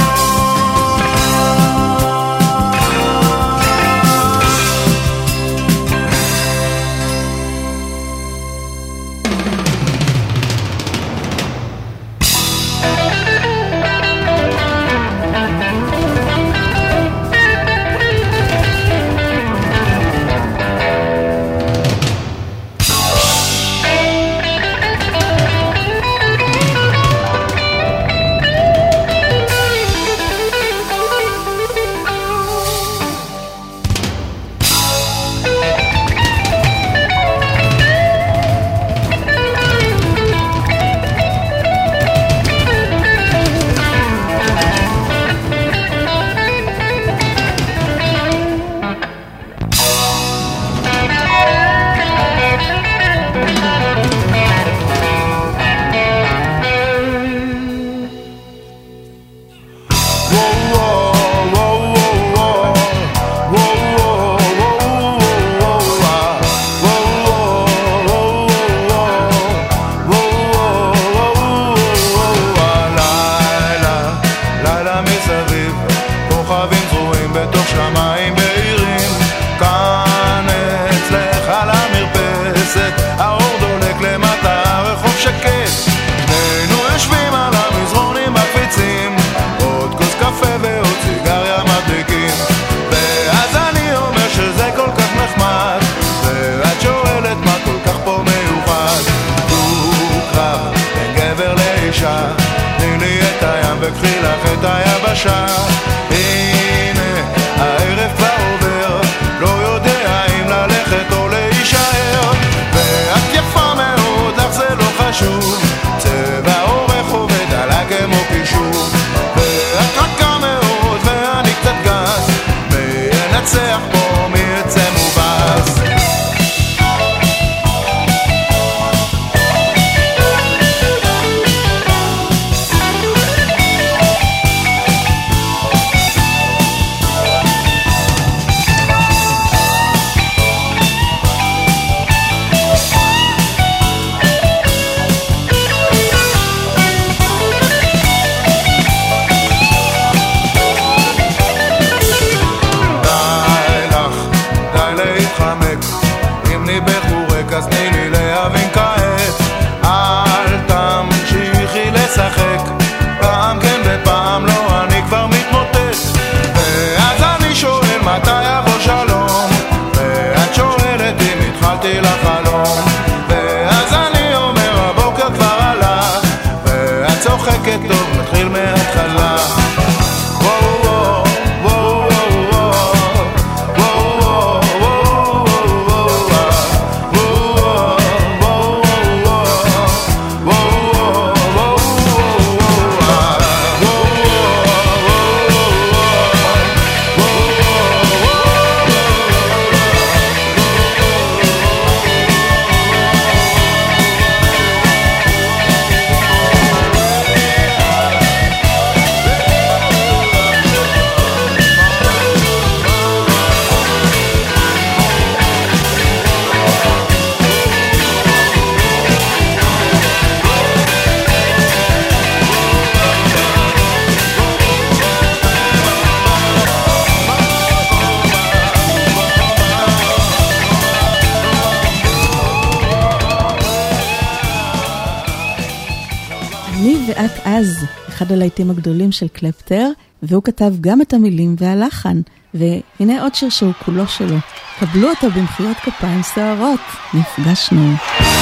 [SPEAKER 9] לילה מסביב, כוכבים זרועים בתוך שמיים בהירים, כאן אצלך על המרפסת, האור דולק למטה, הרחוב שקט, שנינו יושבים על המזרונים מקפיצים, עוד כוס קפה ועוד סיגריה מדליקים, ואז אני אומר שזה כל כך נחמד, ואת שואלת מה כל כך פה מיוחד, הוא קרב בין גבר לאישה, תני לי את הים וקחי לך את היבשה, הנה הערב כבר עובר, לא יודע אם ללכת או ינצח פה, מי יצא מובס. אז תני לי להבין כעת, אל תמשיכי לשחק, פעם כן ופעם לא, אני כבר מתמוטט. ואז אני שואל מתי יבוא שלום, ואת שואלת אם התחלתי לחלום, ואז אני אומר הבוקר כבר הלך, ואת צוחקת טוב, נתחיל מההתחלה.
[SPEAKER 3] ואת אז, אחד הלהיטים הגדולים של קלפטר, והוא כתב גם את המילים והלחן. והנה עוד שיר שהוא כולו שלו. קבלו אותו במחיאות כפיים סוערות. נפגשנו.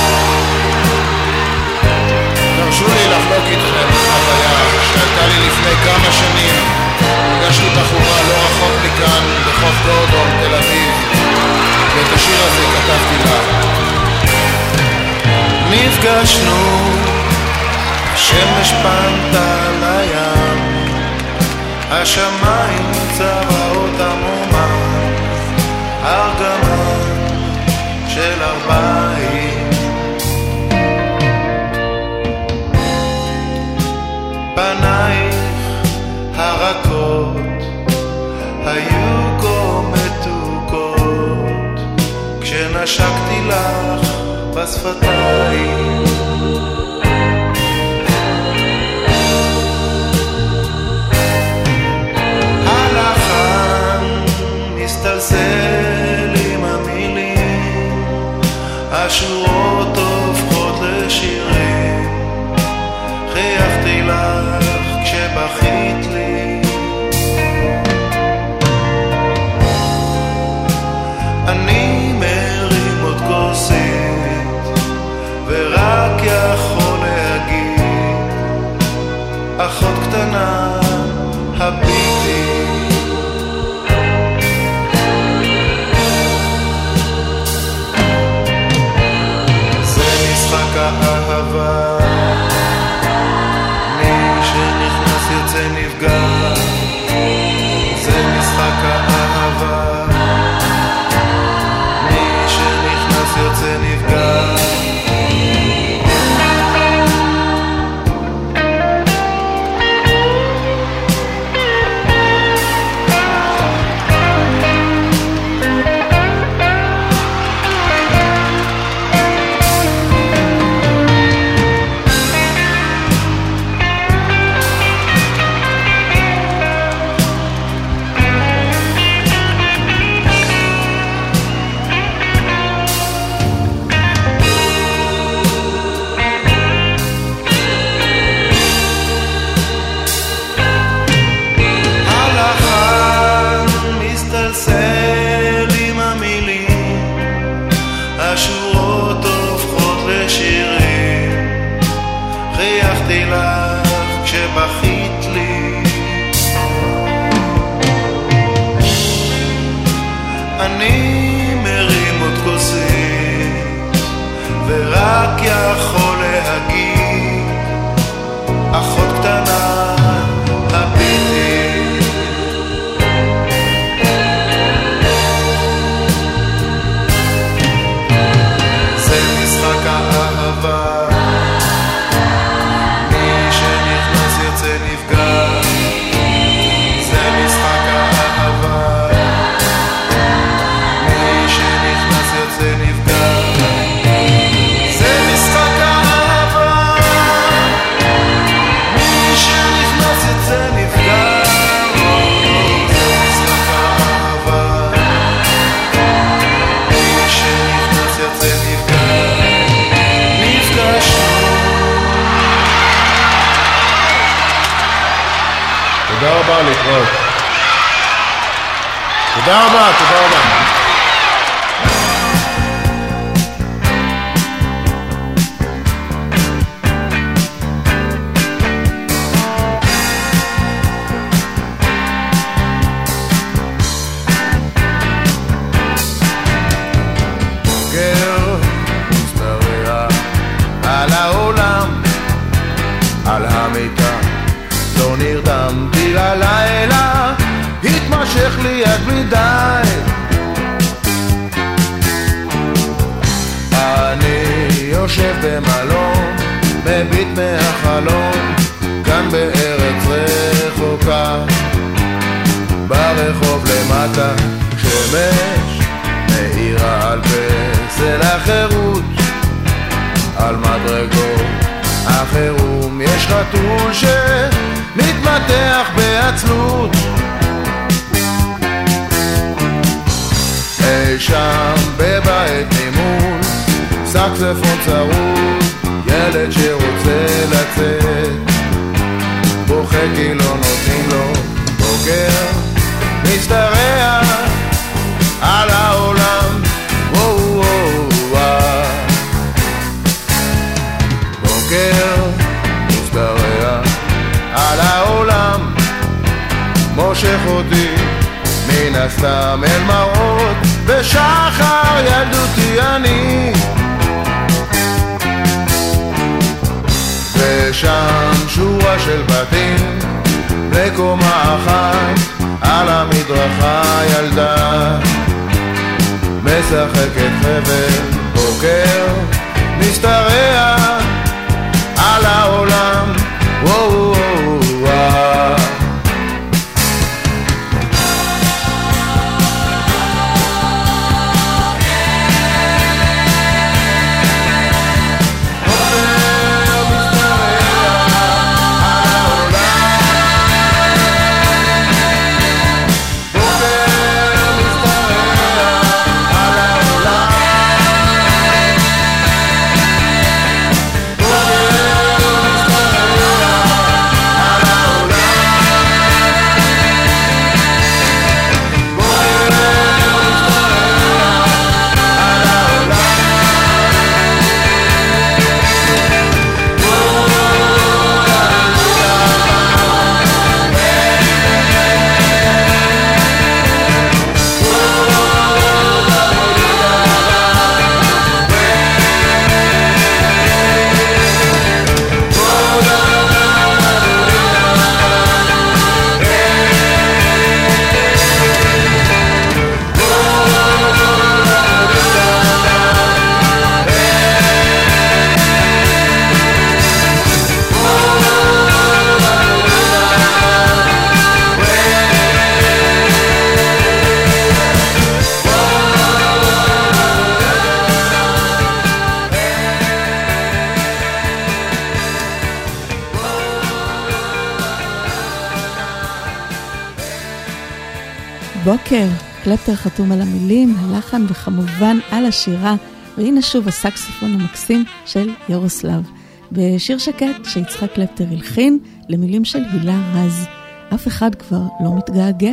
[SPEAKER 9] תרשו לי לחלוק איתכם חוויה שהייתה לי לפני כמה שנים. פגשתי בחורה לא רחוק מכאן, בחוף גורדון, תל אביב, ואת השיר הזה כתבתי לה. נפגשנו, השמש פנתה לים, השמיים צבעות עמומה, ארגמן של 40. פנייך הרכות היו כה מתוקות, כשנשקתי לך בשפתיים. מסתלסל עם המילים, השורות הופכות לשירים, חייכתי לך כשבכית לי. אני מרים עוד כוסית ורק יכול להגיד, אחות קטנה הביטי. האהבה, מי שנכנס יוצא נפגע, זה משחק האהבה, מי שנכנס יוצא נפגע. אני מרים עוד כוסית ורק יכול להגיד, אחות קטנה הביטי. טוב. תודה רבה, תודה רבה. על המיטה לא נרדמתי ללילה, התמשך לי עד מדי. אני יושב במלון, מביט מהחלון, כאן בארץ רחוקה. ברחוב למטה שמש מאירה על פסל החירות, על מדרגות החירום יש חתול שמתמתח בעצלות. אי שם בבית ממול סקספון צרוד, ילד שרוצה לצאת בוכה כי לא נותנים לו. בוקר משתרע על העולם, וואו וואו וואו. בוקר משתרע על העולם, מושך אותי מן הסתם אל מראות ושחר ילדותי אני. ושם שורה של בתים בקומה אחת, על המדרכה ילדה משחקת חבל. בוקר משתרע על העולם, וואו וואו וואו.
[SPEAKER 3] בוקר, קלפטר חתום על המילים, הלחן וכמובן על השירה, והנה שוב הסקסופון המקסים של ירוסלב, בשיר שקט שיצחק קלפטר הלחין למילים של הילה רז. אף אחד כבר לא מתגעגע.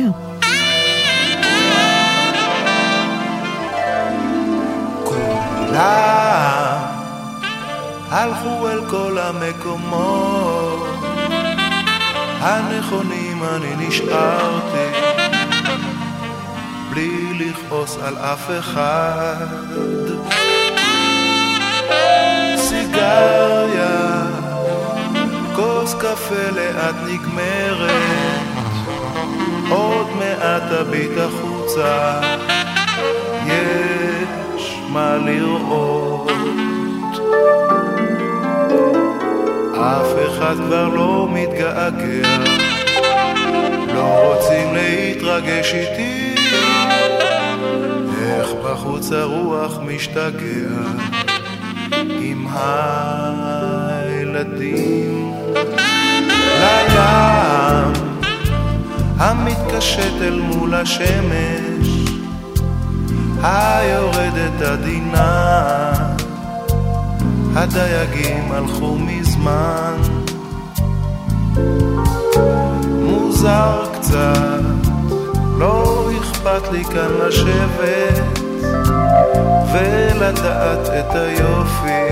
[SPEAKER 9] כולם הלכו אל כל המקומות הנכונים, אני נשארתי בלי לכעוס על אף אחד. סיגריה, כוס קפה לאט נגמרת, עוד מעט הביט החוצה, יש מה לראות. אף אחד כבר לא מתגעגע, לא רוצים להתרגש איתי, איך בחוץ הרוח משתגע עם הילדים. לים המתקשט אל מול השמש היורדת עדינה, הדייגים הלכו מזמן. מוזר קצת קצת, לא אכפת לי כאן לשבת ולדעת את היופי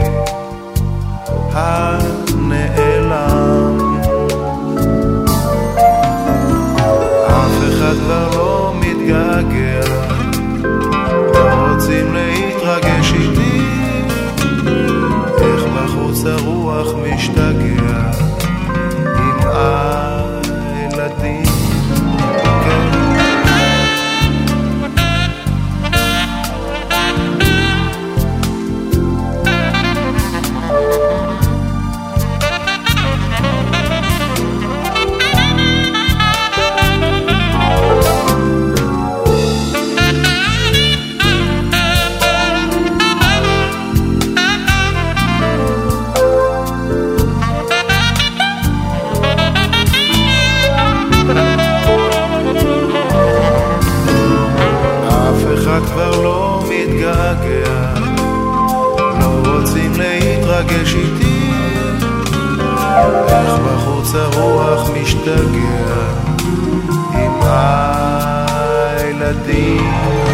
[SPEAKER 9] הנעלם. אף אחד כבר לא מתגעגע, לא רוצים להתרגש איתי, איך בחוץ הרוח משתגע עם הילדים. כבר לא מתגעגע, לא רוצים להתרגש איתי, איך בחוץ הרוח משתגע עם הילדים.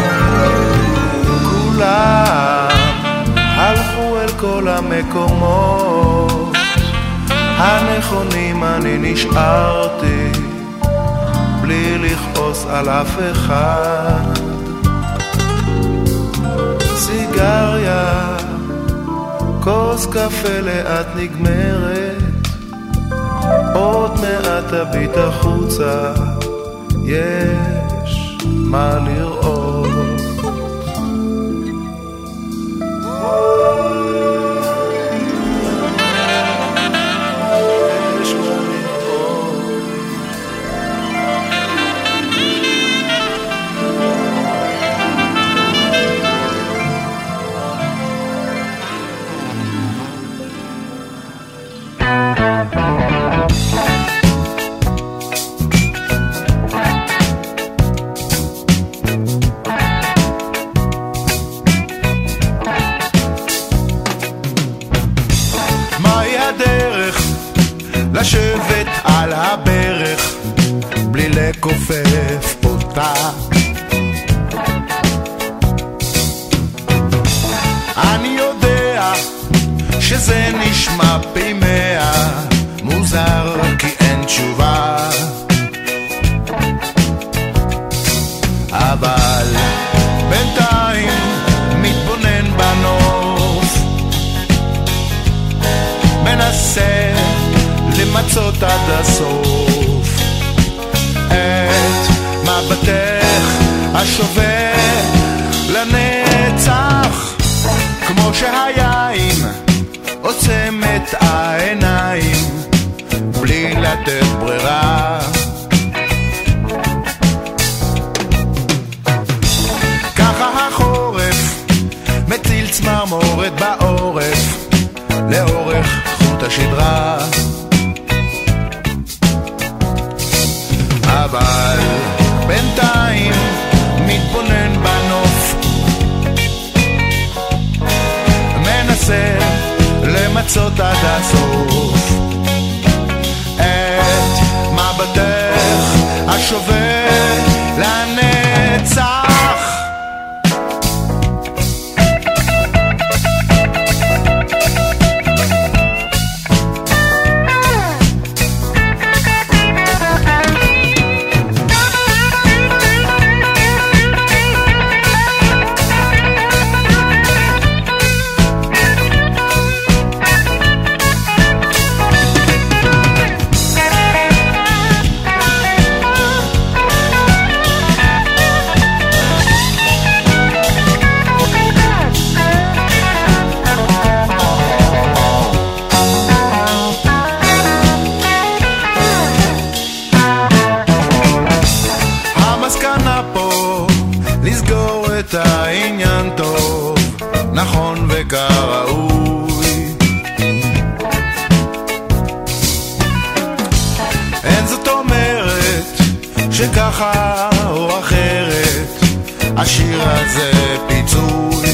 [SPEAKER 9] כולם הלכו אל כל המקומות הנכונים, אני נשארתי בלי לכעוס על אף אחד. סיגריה, כוס קפה לאט נגמרת, עוד מעט תביט החוצה, יש מה לראות. לשבת על הברך בלי לכופף אותה, אני יודע שזה נשמע פי 100 מוזר כי אין תשובה, אבל בינתיים מתבונן בנוף, מנסה למצות עד הסוף את מבטך השובר לנצח, כמו שהיין עוצם את העיניים בלי לתת ברירה. ככה החורף מטיל צמרמורת בעורף לאורך חוט השדרה, אבל בינתיים מתבונן בנוף, מנסה למצות עד הסוף את מבטך השובר לנצח. נכון וכראוי, אין זאת אומרת שככה או אחרת השיר הזה פיצוי,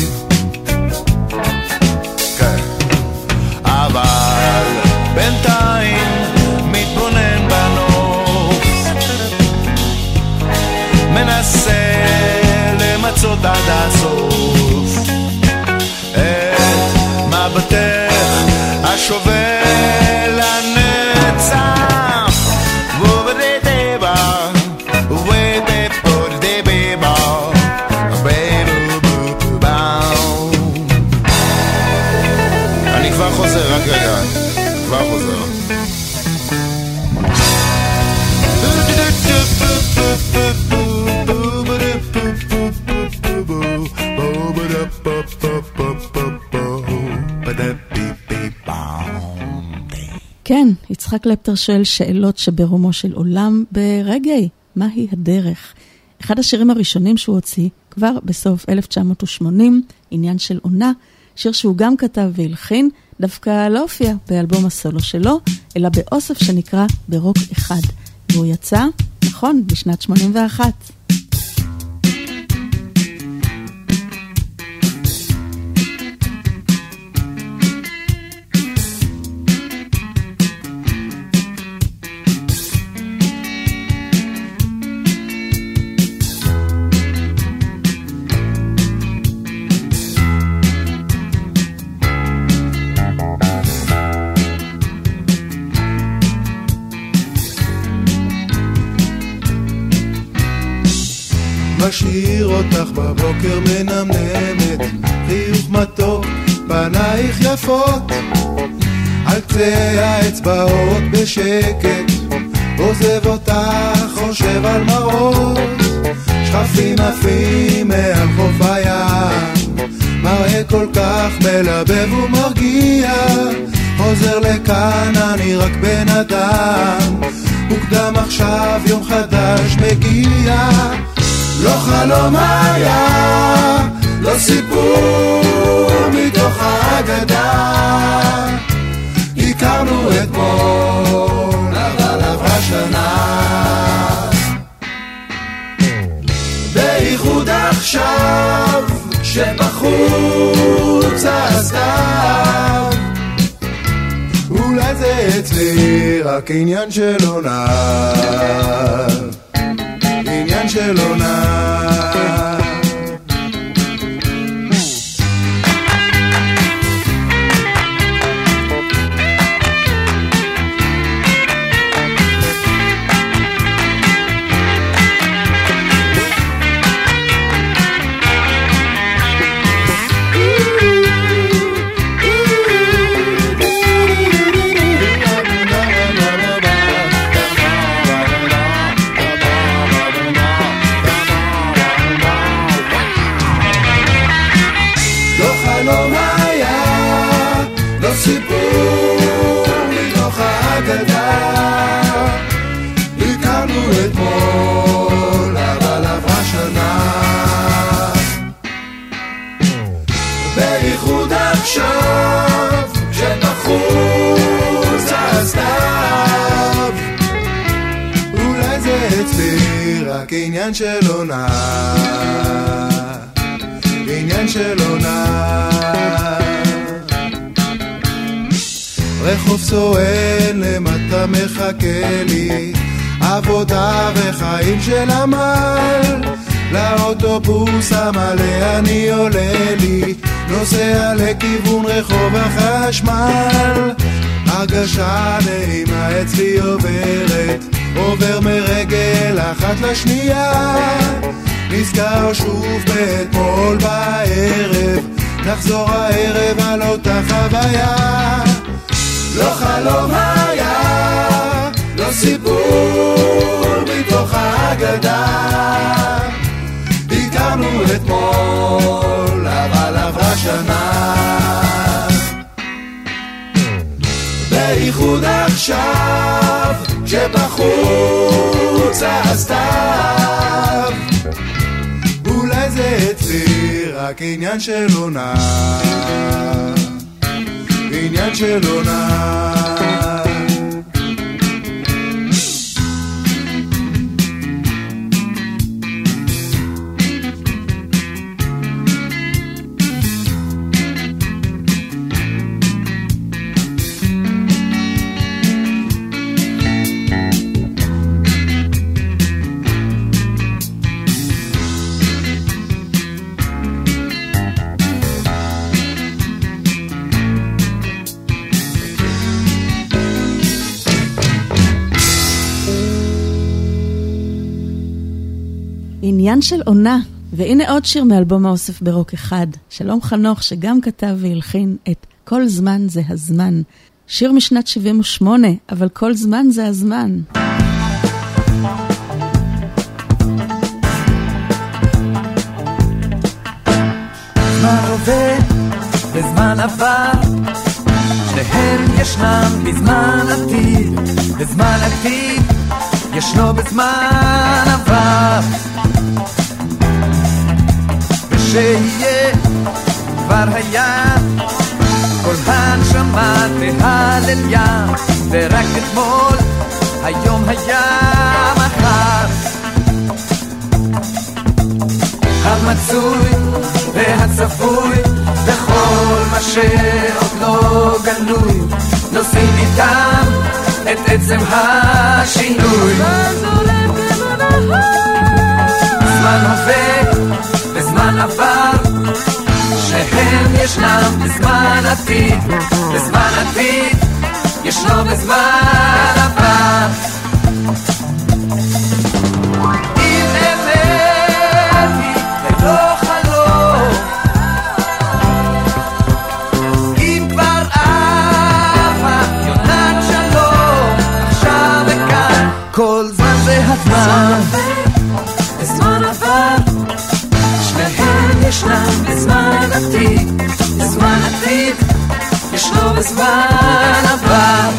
[SPEAKER 9] כן. אבל בינתיים מתבונן בנוף, לראות עד הסוף את מבטך השובל הנצח ובדדבה ובדדבה אני כבר חוזר, רק רגע, כבר חוזר.
[SPEAKER 3] כן, יצחק קלפטר שואל שאלות שברומו של עולם ברגעי, מהי הדרך? אחד השירים הראשונים שהוא הוציא, כבר בסוף 1980, עניין של עונה, שיר שהוא גם כתב והלחין, דווקא לא הופיע באלבום הסולו שלו, אלא באוסף שנקרא ברוק אחד. והוא יצא, נכון, בשנת 81.
[SPEAKER 9] משאיר אותך בבוקר מנמנמת, חיוך מתוק, פנייך יפות, על קצה האצבעות בשקט, עוזב אותך, חושב על מראות, שחפים עפים מעל חוף הים, מראה כל כך מלבב ומרגיע, חוזר לכאן אני רק בן אדם, מוקדם עכשיו יום חדש מגיע, לא חלום היה, לא סיפור מתוך האגדה, הכרנו אתמול, אבל עברה שנה, בייחוד עכשיו, שבחוץ הסתיו, אולי זה אצלי רק עניין של עונה, עניין של עונה. עניין של עונה, עניין של עונה, רחוב סואן למטה מחכה לי, עבודה וחיים של עמל, לאוטובוס המלא אני עולה לי, נוסע לכיוון רחוב החשמל, הרגשה נעימה אצלי עוברת, עובר מרגל אחת לשנייה, נזכר שוב באתמול בערב, נחזור הערב על אותה חוויה, לא חלום היה, לא סיפור מתוך האגדה, הכרנו אתמול אבל עברה שנה, בייחוד עכשיו שבחוץ הסתיו, אולי זה אצלי רק עניין של עונה, עניין של עונה.
[SPEAKER 3] עניין של עונה, והנה עוד שיר מאלבום האוסף ברוק אחד, שלום חנוך שגם כתב והלחין את כל זמן זה הזמן. שיר משנת 78, אבל כל זמן זה הזמן.
[SPEAKER 6] זמן עובד וזמן עבר, שניהם ישנם בזמן עתיד, וזמן עתיד ישנו בזמן עבר. ושיהיה כבר היה, כל הנשמה תהלליה, ורק אתמול היום היה מחר. המצוי והצפוי וכל מה שעוד לא גלוי, נושאים איתם את עצם השינוי. זמן הווה וזמן עבר, שהם ישנם בזמן עתיד, בזמן עתיד ישנו בזמן עבר. אם אמת היא ולא חלום, אם כבר אהבה יונת שלום, עכשיו וכאן כל זמן זה הזמן, בזמן עבר, שניהם ישנם בזמן עתיד, בזמן עתיד ישנו בזמן עבר.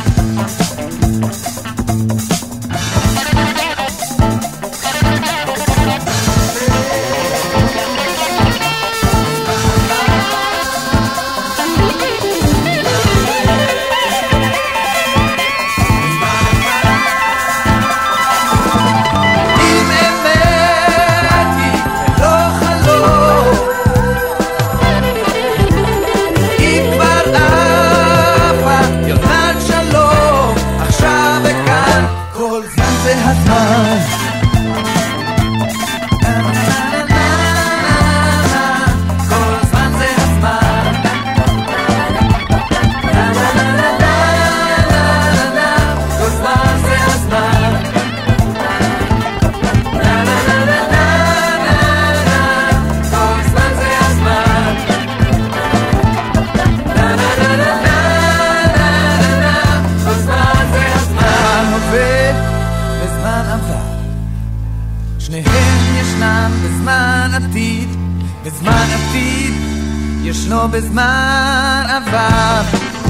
[SPEAKER 6] ישנו בזמן עבר.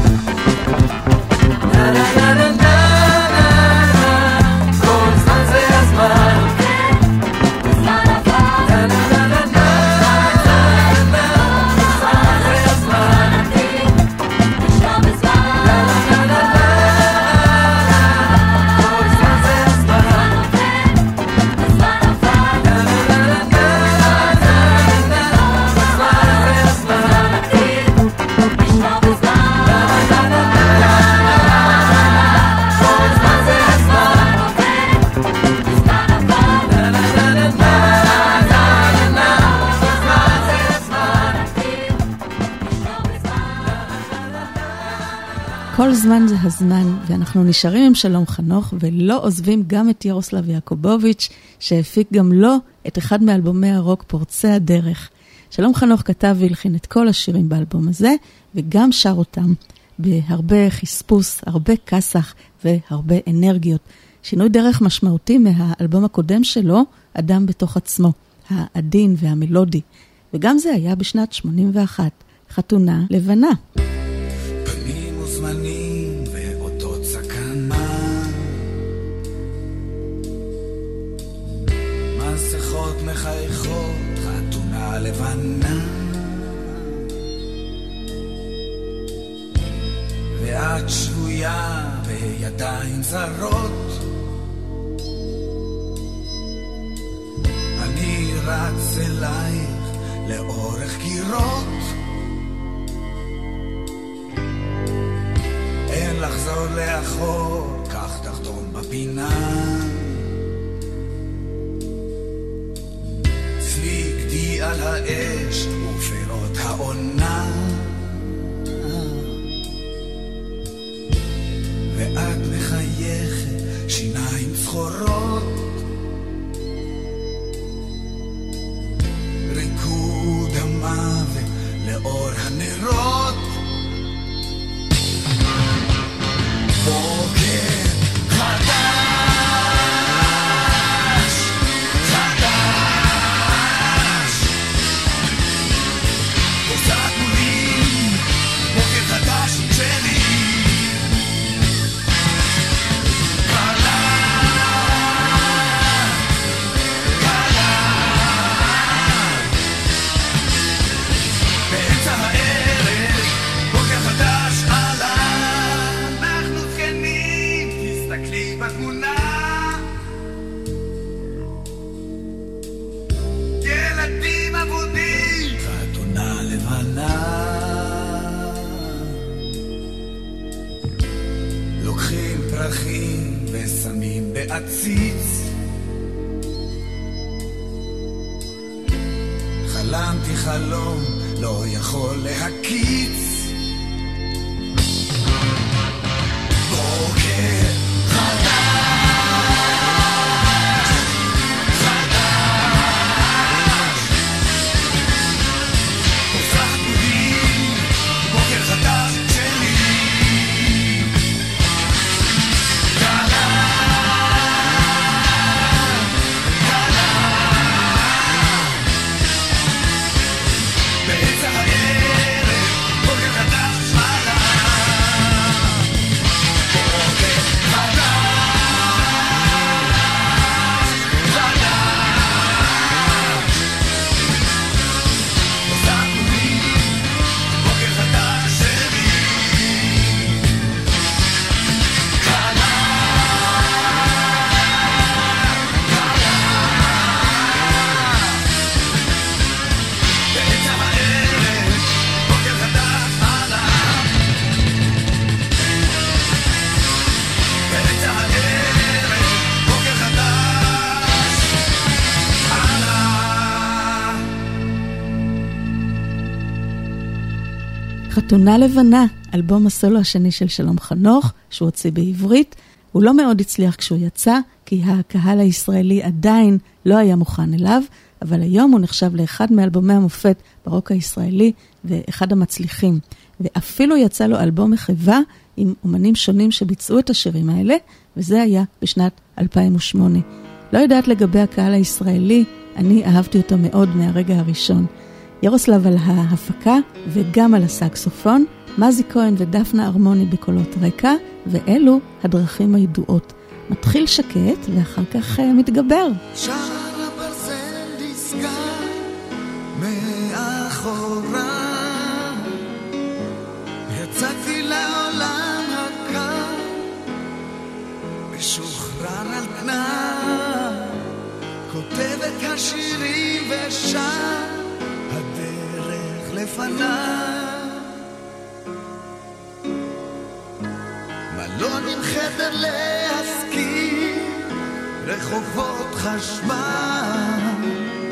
[SPEAKER 6] כל זמן זה הזמן, בזמן עבר. בזמן זה הזמן, ישנו בזמן. כל זמן זה הזמן, בזמן
[SPEAKER 3] כל זמן זה הזמן, ואנחנו נשארים עם שלום חנוך, ולא עוזבים גם את ירוסלב יעקובוביץ', שהפיק גם לו את אחד מאלבומי הרוק פורצי הדרך. שלום חנוך כתב והלחין את כל השירים באלבום הזה, וגם שר אותם בהרבה חספוס, הרבה כסח והרבה אנרגיות. שינוי דרך משמעותי מהאלבום הקודם שלו, אדם בתוך עצמו, העדין והמלודי. וגם זה היה בשנת 81, חתונה לבנה.
[SPEAKER 10] זמנים ואותות סכנה, מסכות מחייכות, חתונה לבנה, ואת שבויה בידיים זרות, אני רץ אלייך לאורך קירות, אין לחזור לאחור, כך תחתום בפינה, צלי גדי על האש ופירות העונה, ואת מחייכת שיניים צחורות, הנרות בוקר חדש, חדש פוסעת מולי בוקר חדש שלי לוקחים פרחים ושמים בעציץ חלמתי חלום לא יכול להקיץ בוקר
[SPEAKER 3] חתונה לבנה, אלבום הסולו השני של שלום חנוך, שהוא הוציא בעברית. הוא לא מאוד הצליח כשהוא יצא, כי הקהל הישראלי עדיין לא היה מוכן אליו, אבל היום הוא נחשב לאחד מאלבומי המופת ברוק הישראלי, ואחד המצליחים. ואפילו יצא לו אלבום מחווה עם אומנים שונים שביצעו את השירים האלה, וזה היה בשנת 2008. לא יודעת לגבי הקהל הישראלי, אני אהבתי אותו מאוד מהרגע הראשון. ירוסלב על ההפקה וגם על הסקסופון, מזי כהן ודפנה ארמוני בקולות רקע, ואלו הדרכים הידועות. מתחיל שקט ואחר כך מתגבר.
[SPEAKER 10] שער הברזל נסגר מאחורה, יצאתי לעולם הקר, משוחרר על תנאי, כותב את השירים ושר, הדרך לפניי. מלון עם חדר להשכיר, רחובות חשמל,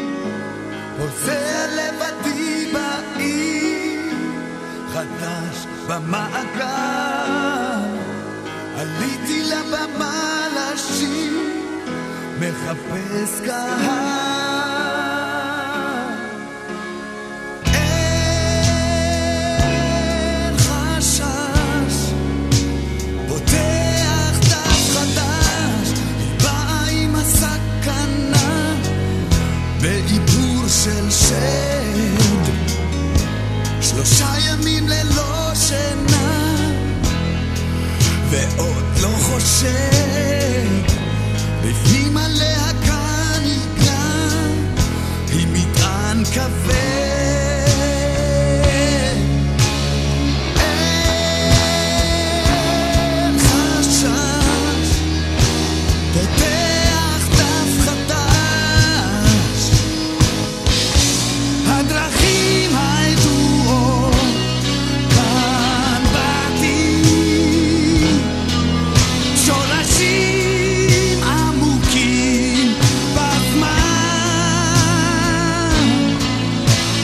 [SPEAKER 10] פוסע לבדי בעיר, חדש במעגל. עליתי לבמה לשיר, מחפש קהל. אין חשש, פותח דף חדש, בא עם הסכנה, בעיבור של שד, 3 ימים ללא שינה, ועוד לא חושב, בפנים עליה כאן יגע, היא מטען כבד. אין חשש, פותח דף חדש, הדרכים הידועות, כאן באתי, שורשים עמוקים בזמן,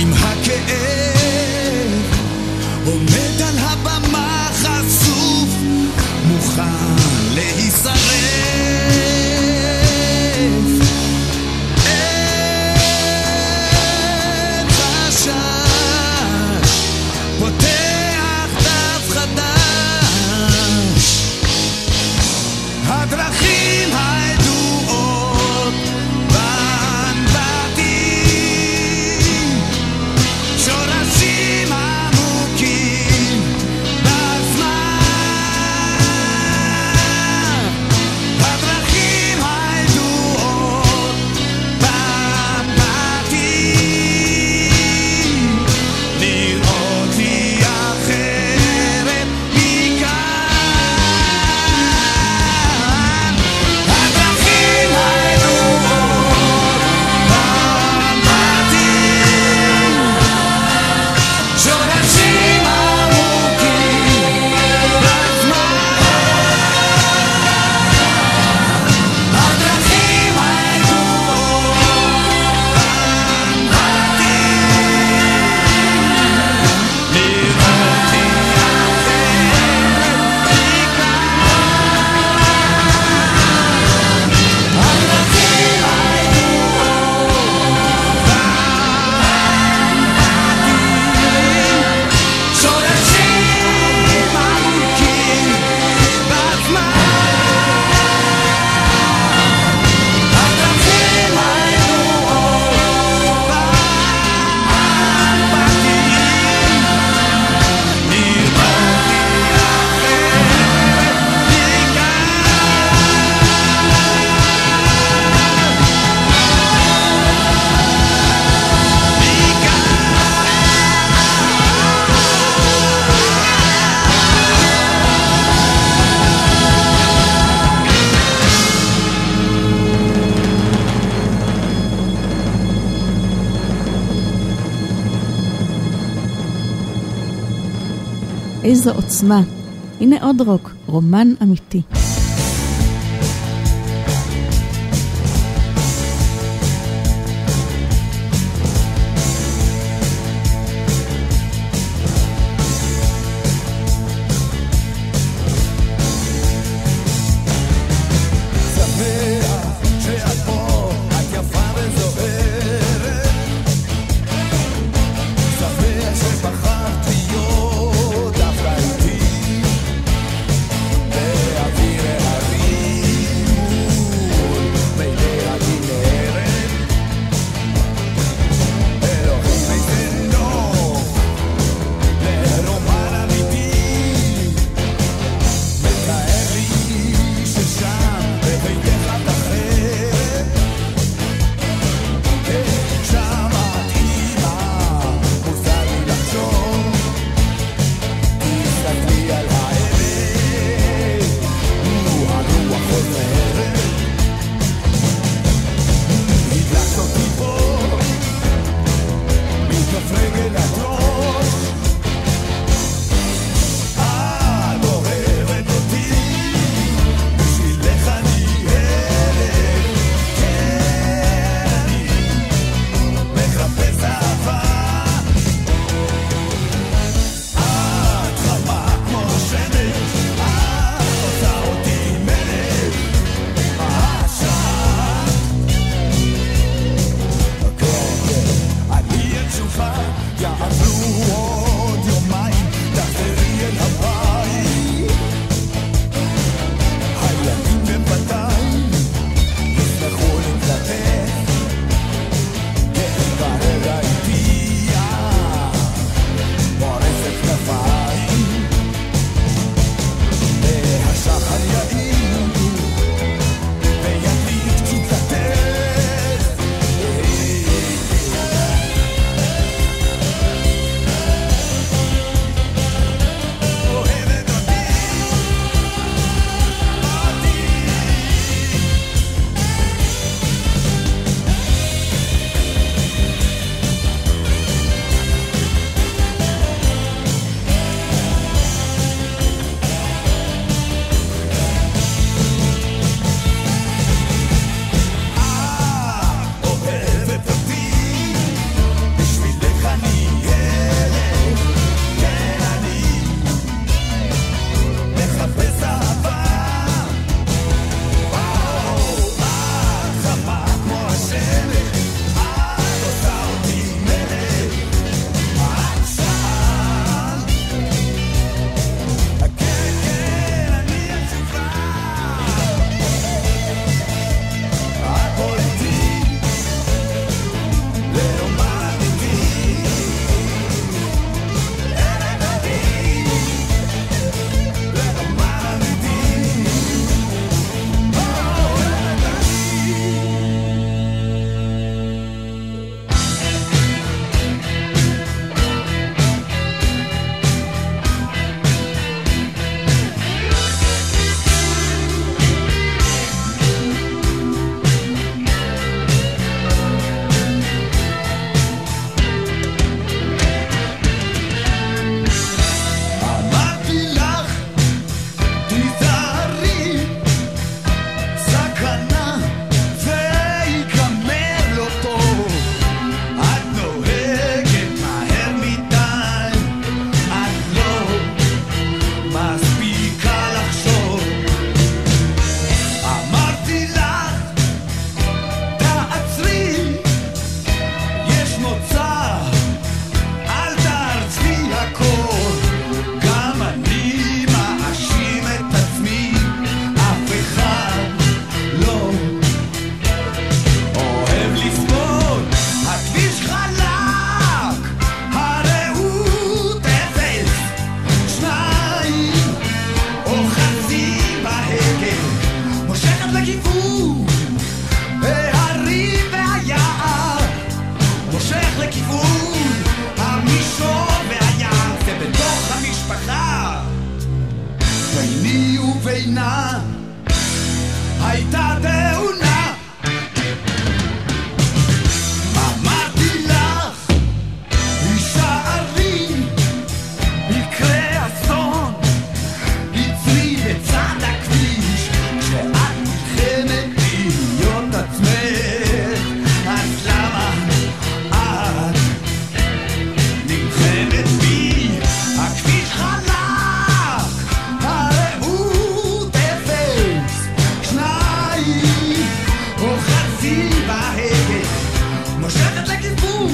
[SPEAKER 10] עם הכאב עומד על הבמה חשוף מוכן להישרף אין חשש פותח דף חדש הדרכים הידועות בנבטים שורשים עמוקים בזמן הדרכים הידועות בנבטים לראות לי אחרת מכאן הדרכים הידועות בנבטים שורשים עמוקים בזמן הדרכים הידועות
[SPEAKER 3] איזו עוצמה. הנה עוד רוק, רומן אמיתי.
[SPEAKER 10] ובינה הייתה תאונה. אמרתי לך, הישארי, יקרה אסון, יצרי בצד הכביש, כשאת נלחמת להיות עצמך, אז למה את נלחמת בי? הכביש חלק, הרעות אפס, שניים או חצי בהגה, מושכת לכיוון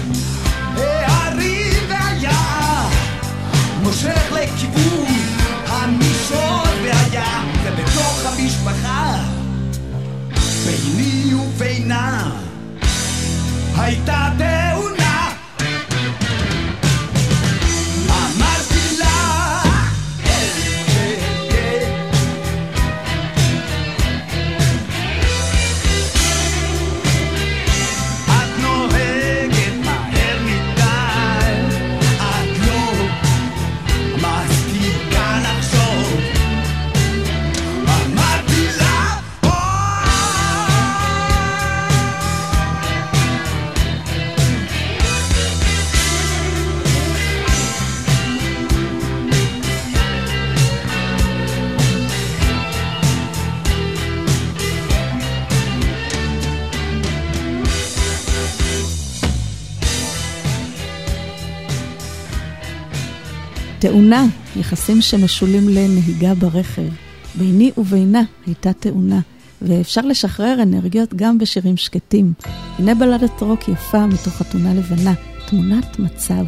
[SPEAKER 10] הערים והיער, מושך לכיוון המישור והים. זה בתוך המשפחה, ביני ובינה הייתה תאונה. אמרתי לה, את נוהגת מהר מדי, את לא מספיקה לחשוב. אמרתי לה,
[SPEAKER 3] תאונה, יחסים שמשולים לנהיגה ברכב. ביני ובינה הייתה תאונה, ואפשר לשחרר אנרגיות גם בשירים שקטים. הנה בלדת רוק יפה מתוך חתונה לבנה, תמונת מצב.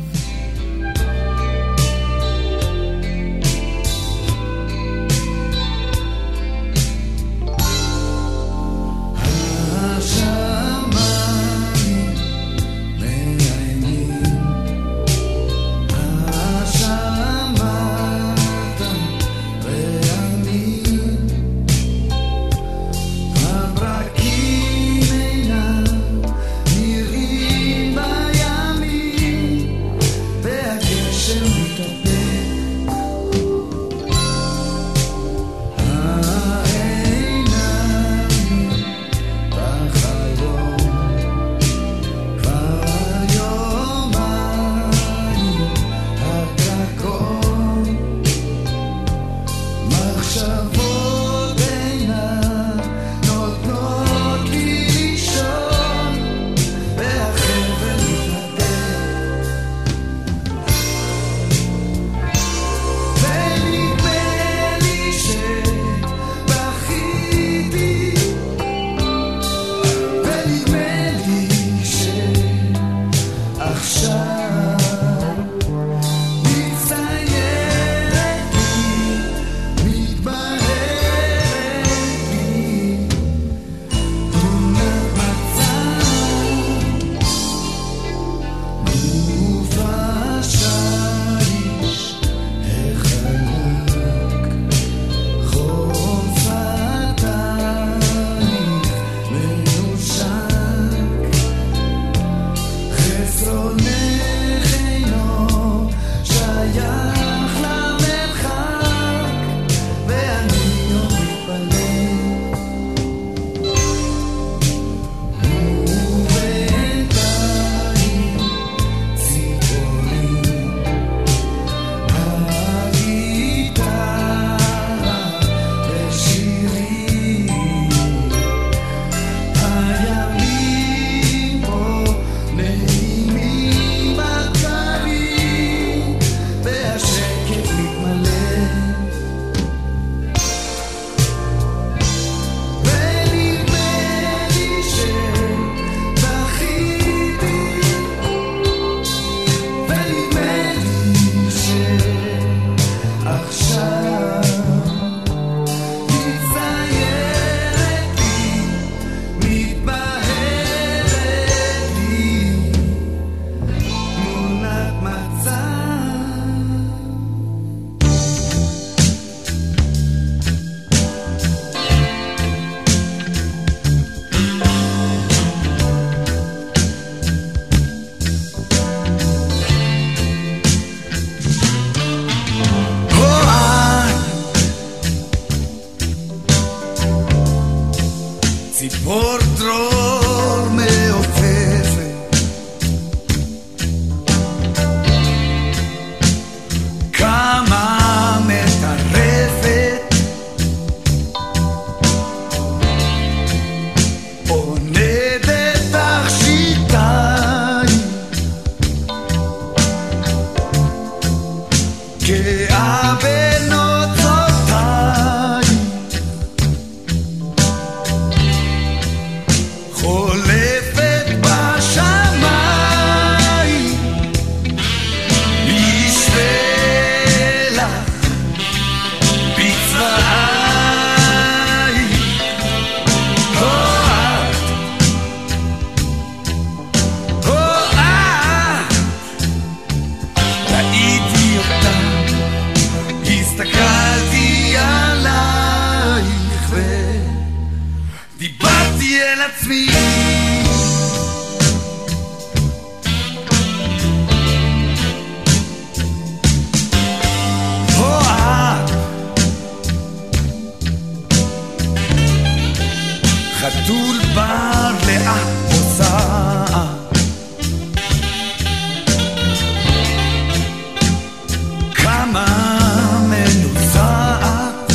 [SPEAKER 10] הברקים אינם נראים בימים, בנוצותיי חולפת בשמיים בשבילך בצבעי ראיתי אותה הסתכלתי עלייך ודיברתי אל עצמי חתול בר לאט פוסע כמה מנוסעת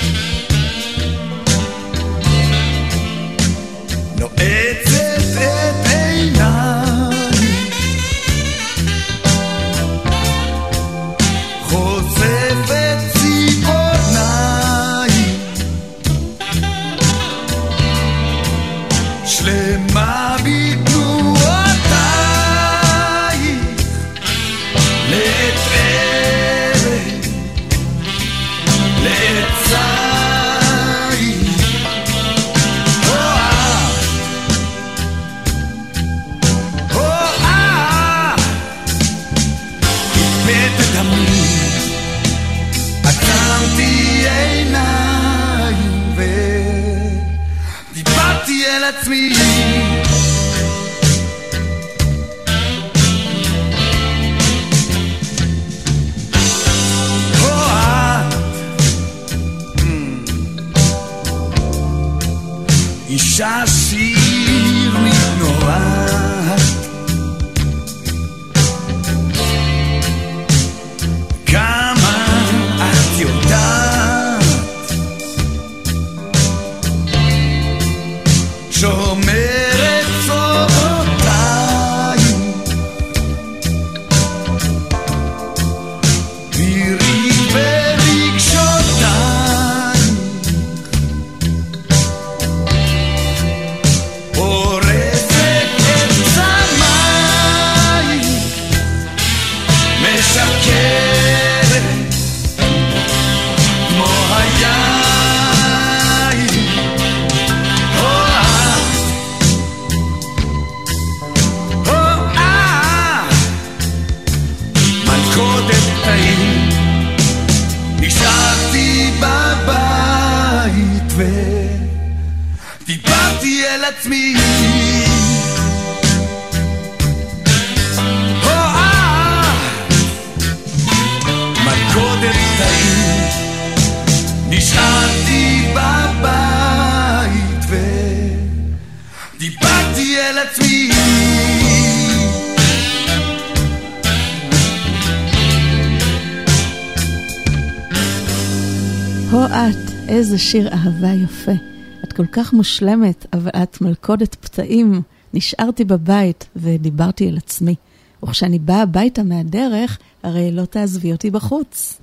[SPEAKER 10] נועצת את עיניי חושפת ציפורניי שלמה בתנועותייך לתפארת לצייך הקפאת את דמי עצמתי עיניים ודיברתי אל עצמי אישה שירנית נוראת כמה את יודעת שומרת צורותיי בירית ברגשותיי הורסת את שמיים משקרת כמו היין מלכודת טעים נשארתי בבית ודיברתי אל עצמי מלכודת טעים נשארתי בבית ודיברתי אל עצמי
[SPEAKER 3] הו את, איזה שיר אהבה יפה. את כל כך מושלמת, אבל את מלכודת פתאים. נשארתי בבית ודיברתי אל עצמי. וכשאני באה הביתה מהדרך, הרי לא תעזבי אותי בחוץ.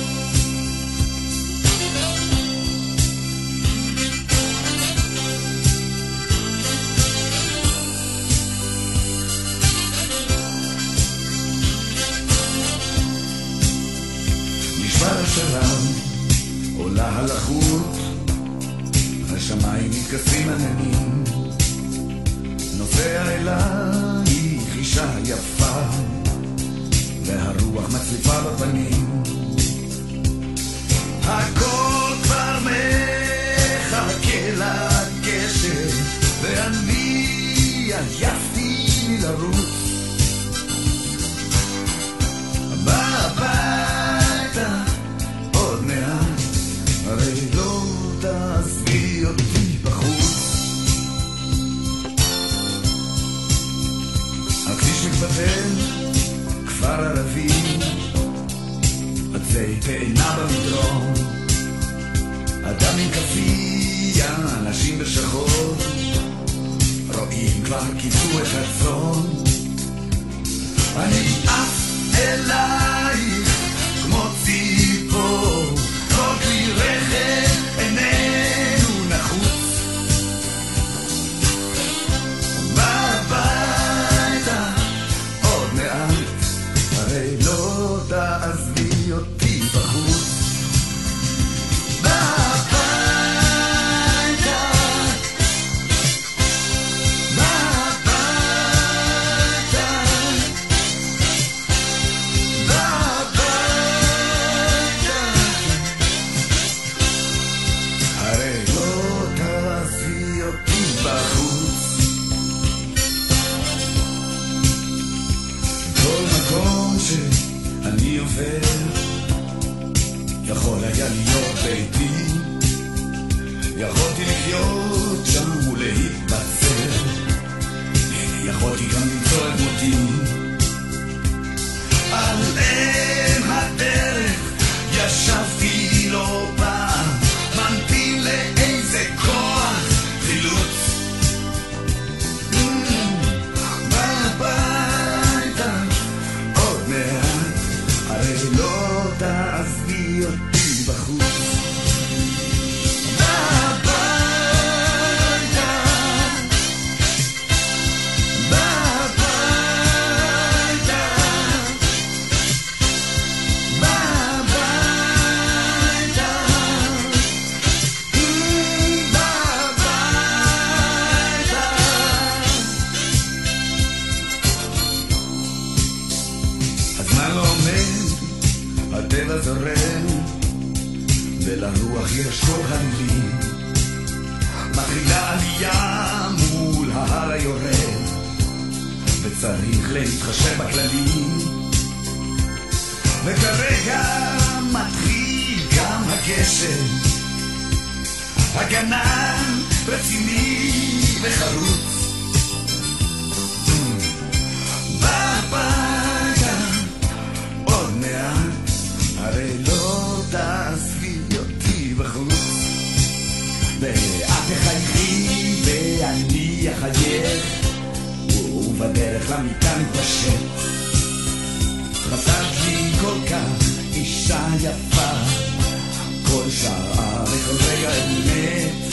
[SPEAKER 10] נשבר השלם עולה הלחות השמיים מתכסים עננים נוסע אלייך אישה יפה והרוח מצליפה בפנים הכל כבר מחכה לגשר ואני עייפתי לרוץ הביתה עוד מעט הרי לא תעזבי אותי בחוץ הכביש מתבטל כפר ערבי עצי תאנה במדרום אדם עם כפייה אנשים בשחור רואים כבר כיסו את הצאן אני עף אלייך כמו ציפור עיוור, יכול היה להיות ביתי, יכולתי לחיות שם ולהתבצר, יכולתי גם למצוא את מותי. על אם הדרך ישבתי לא פעם, מנפיל לאיזה כוח חילוץ. הביתה עוד מעט, הרי לא תעזבי אותי בחוץ. הטבע זורם ולרוח יש כוחנים, מתחילה עלייה מול ההר היורד וצריך להתחשב בכללים, וכרגע מתחיל גם הגשם, הגנן רציני וחרוץ. בבית עוד מעט, הרי לא תעזבי אותי בחוץ, ואת תחייכי ואני אחייך, ובדרך למיטה נתפשט. חסרת לי כל כך אישה יפה, כל שעה וכל רגע אמת,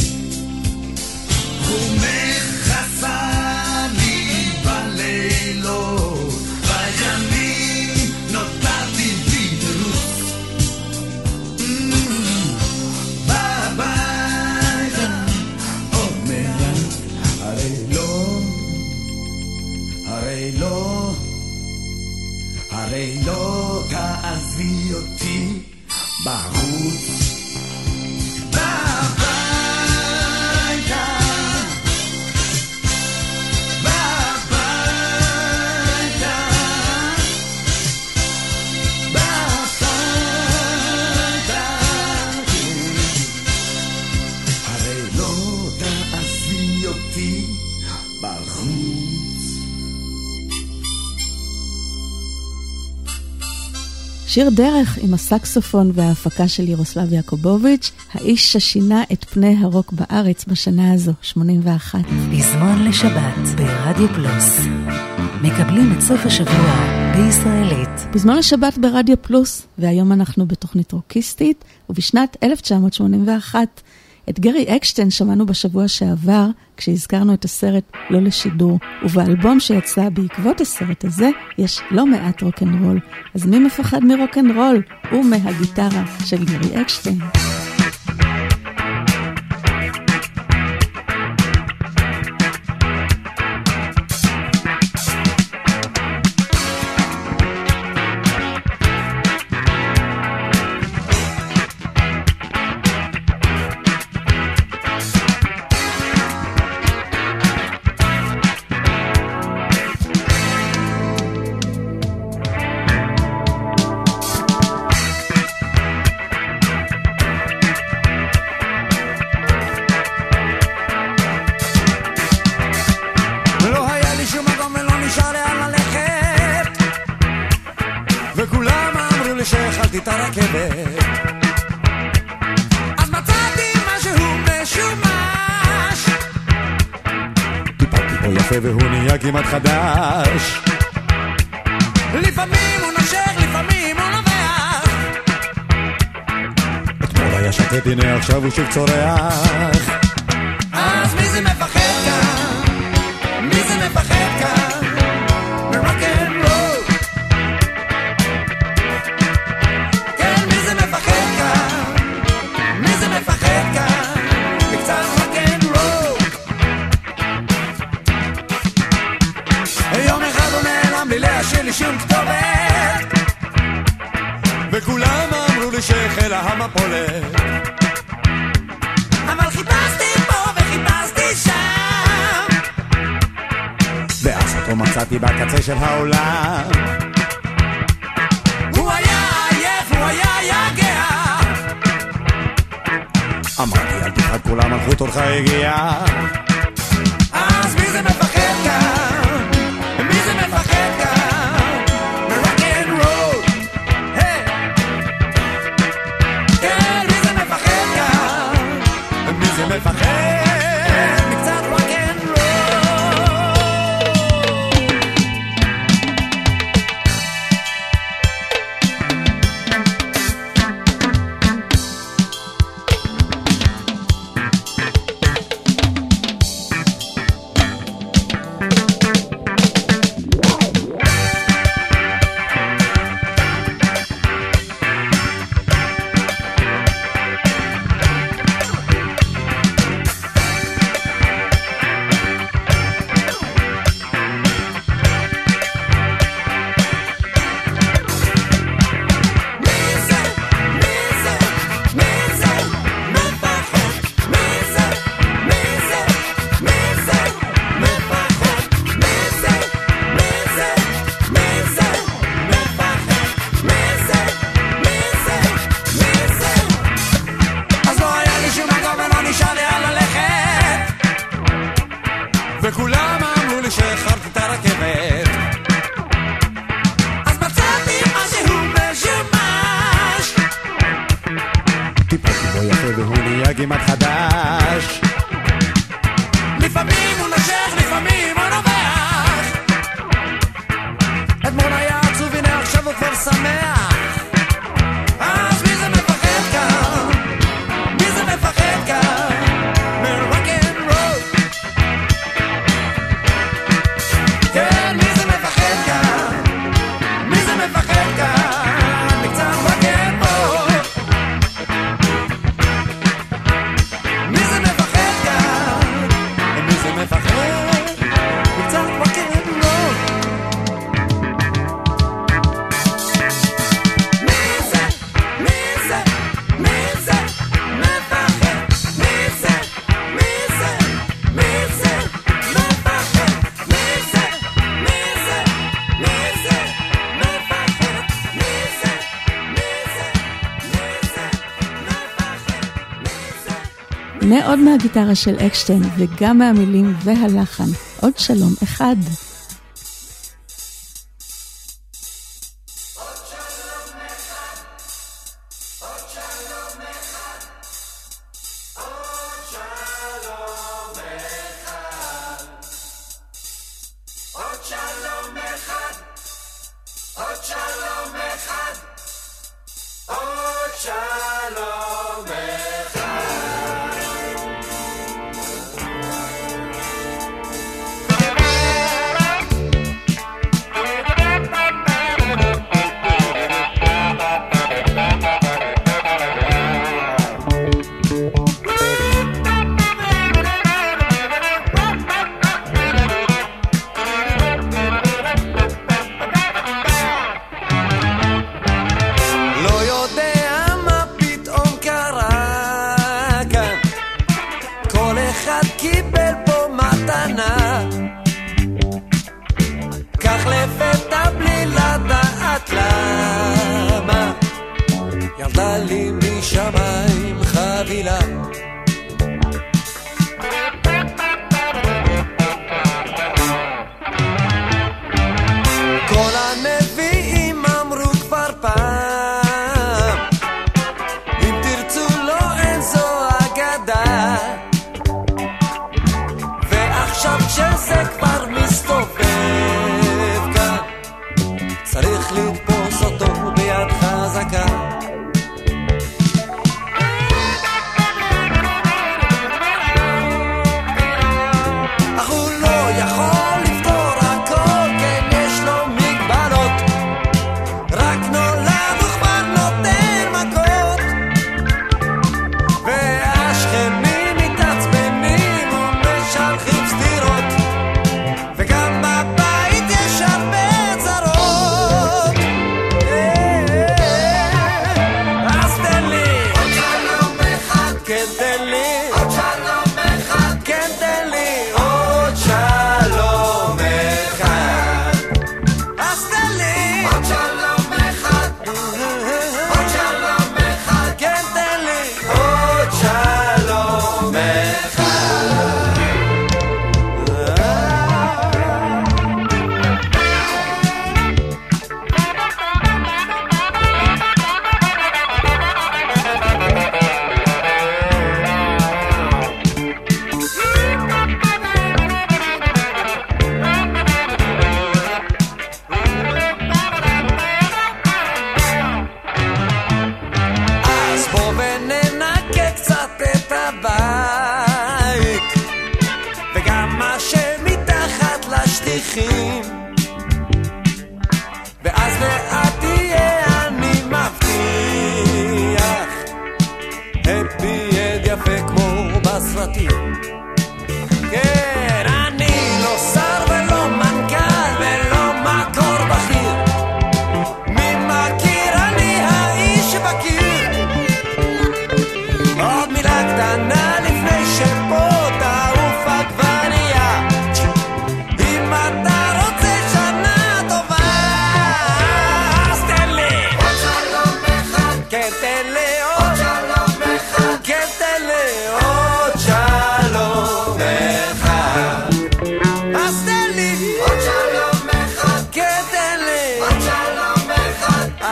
[SPEAKER 10] חומך חסר לי בלילות, בימים נותרתי בלי תירוץ. בביתה עוד מעט, הרי לא, הרי לא, הרי לא תעזבי אותי בחוץ.
[SPEAKER 3] שיר דרך עם הסקסופון וההפקה של ירוסלב יעקובוביץ', האיש ששינה את פני הרוק בארץ בשנה הזו, 81.
[SPEAKER 2] פזמון לשבת ברדיו פלוס. מקבלים את סוף השבוע בישראלית.
[SPEAKER 3] פזמון לשבת ברדיו פלוס, והיום אנחנו בתוכנית רוקיסטית, ובשנת 1981 את גרי אקשטיין שמענו בשבוע שעבר, כשהזכרנו את הסרט לא לשידור, ובאלבום שיצא בעקבות הסרט הזה, יש לא מעט רוק'נ'רול. אז מי מפחד מרוק'נ'רול? ומהגיטרה של גרי אקשטיין.
[SPEAKER 10] את הרכבת, אז מצאתי משהו משומש, טיפלתי בו יפה והוא נהיה כמעט חדש, לפעמים הוא נשך, לפעמים הוא נובח, אתמול היה שקט, הנה עכשיו הוא שוב צורח. אז מי זה מפחד כאן? מי זה מפחד כאן? שום כתובת, וכולם אמרו לי שהחלה המפולת, אבל חיפשתי פה וחיפשתי שם, ואז אותו מצאתי בקצה של העולם. הוא היה מלכות אורך הגיע. אז מי זה מפחד כאן? מי זה מפחד כאן? מרוק אנד רול, היי! כן, מי זה מפחד כאן? מי זה מפחד? מקצת רוק אנד רול. וכולם אמרו לי שאיחרתי את הרכבת, אז מצאתי משהו משומש, טיפלתי בו יפה והוא נהיה כמעט חדש. לפעמים הוא נשך, לפעמים הוא נובח, אתמול היה עצוב, הנה עכשיו הוא כבר שמח. אז מי זה מפחד כאן? מי זה מפחד כאן?
[SPEAKER 3] הנה עוד מהגיטרה של אקשטיין וגם מהמילים והלחן, עוד שלום אחד.
[SPEAKER 6] שלום אחד, כן תן לי עוד שלום אחד.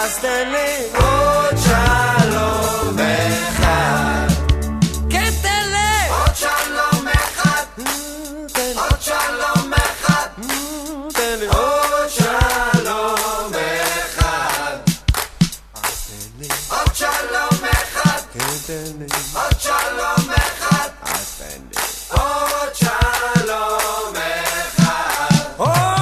[SPEAKER 10] אז תן לי עוד שלום אחד. כן, תן לי עוד שלום אחד. עוד שלום אחד. תן לי עוד שלום אחד. אז תן לי עוד שלום אחד. כן, תן לי עוד שלום אחד. אז תן לי עוד שלום אחד.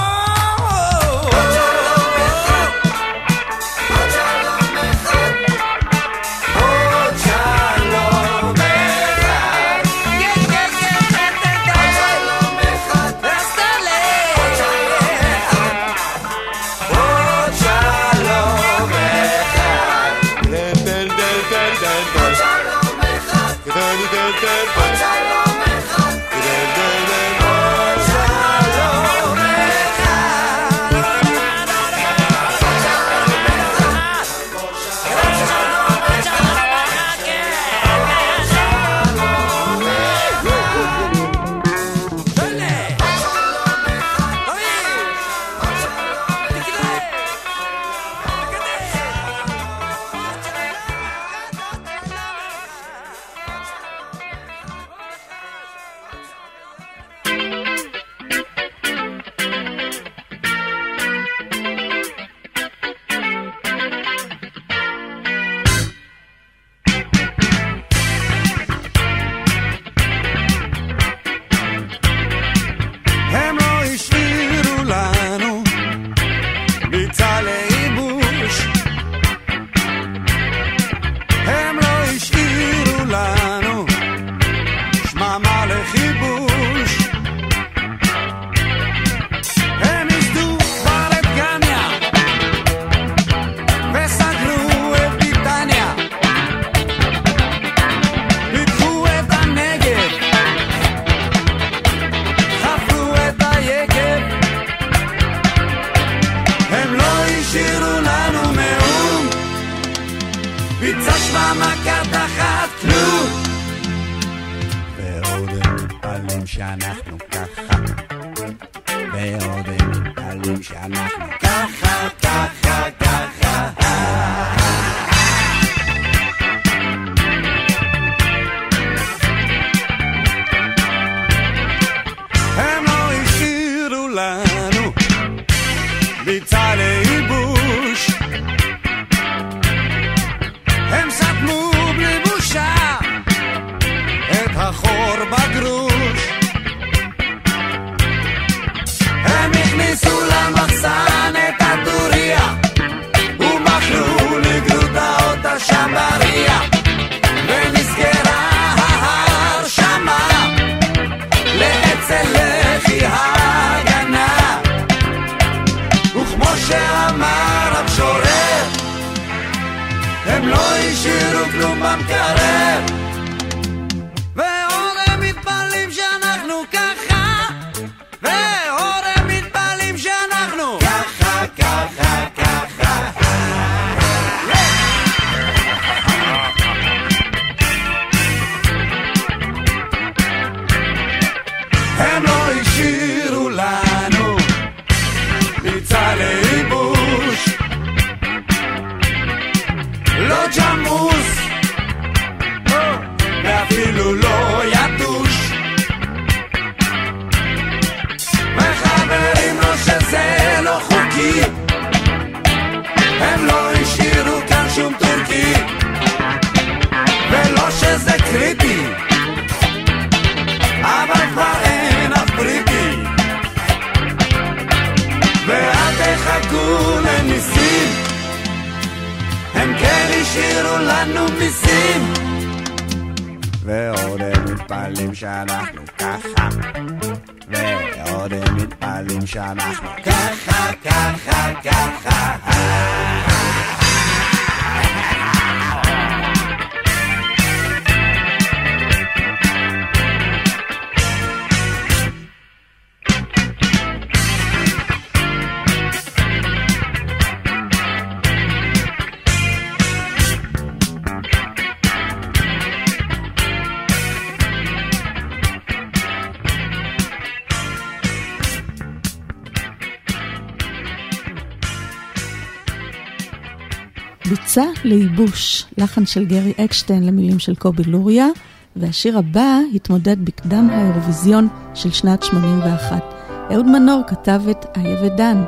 [SPEAKER 3] ביצה לייבוש, לחן של גרי אקשטיין למילים של קובי לוריה, והשיר הבא התמודד בקדם האירוויזיון של שנת 81. אהוד מנור כתב את איה ודן.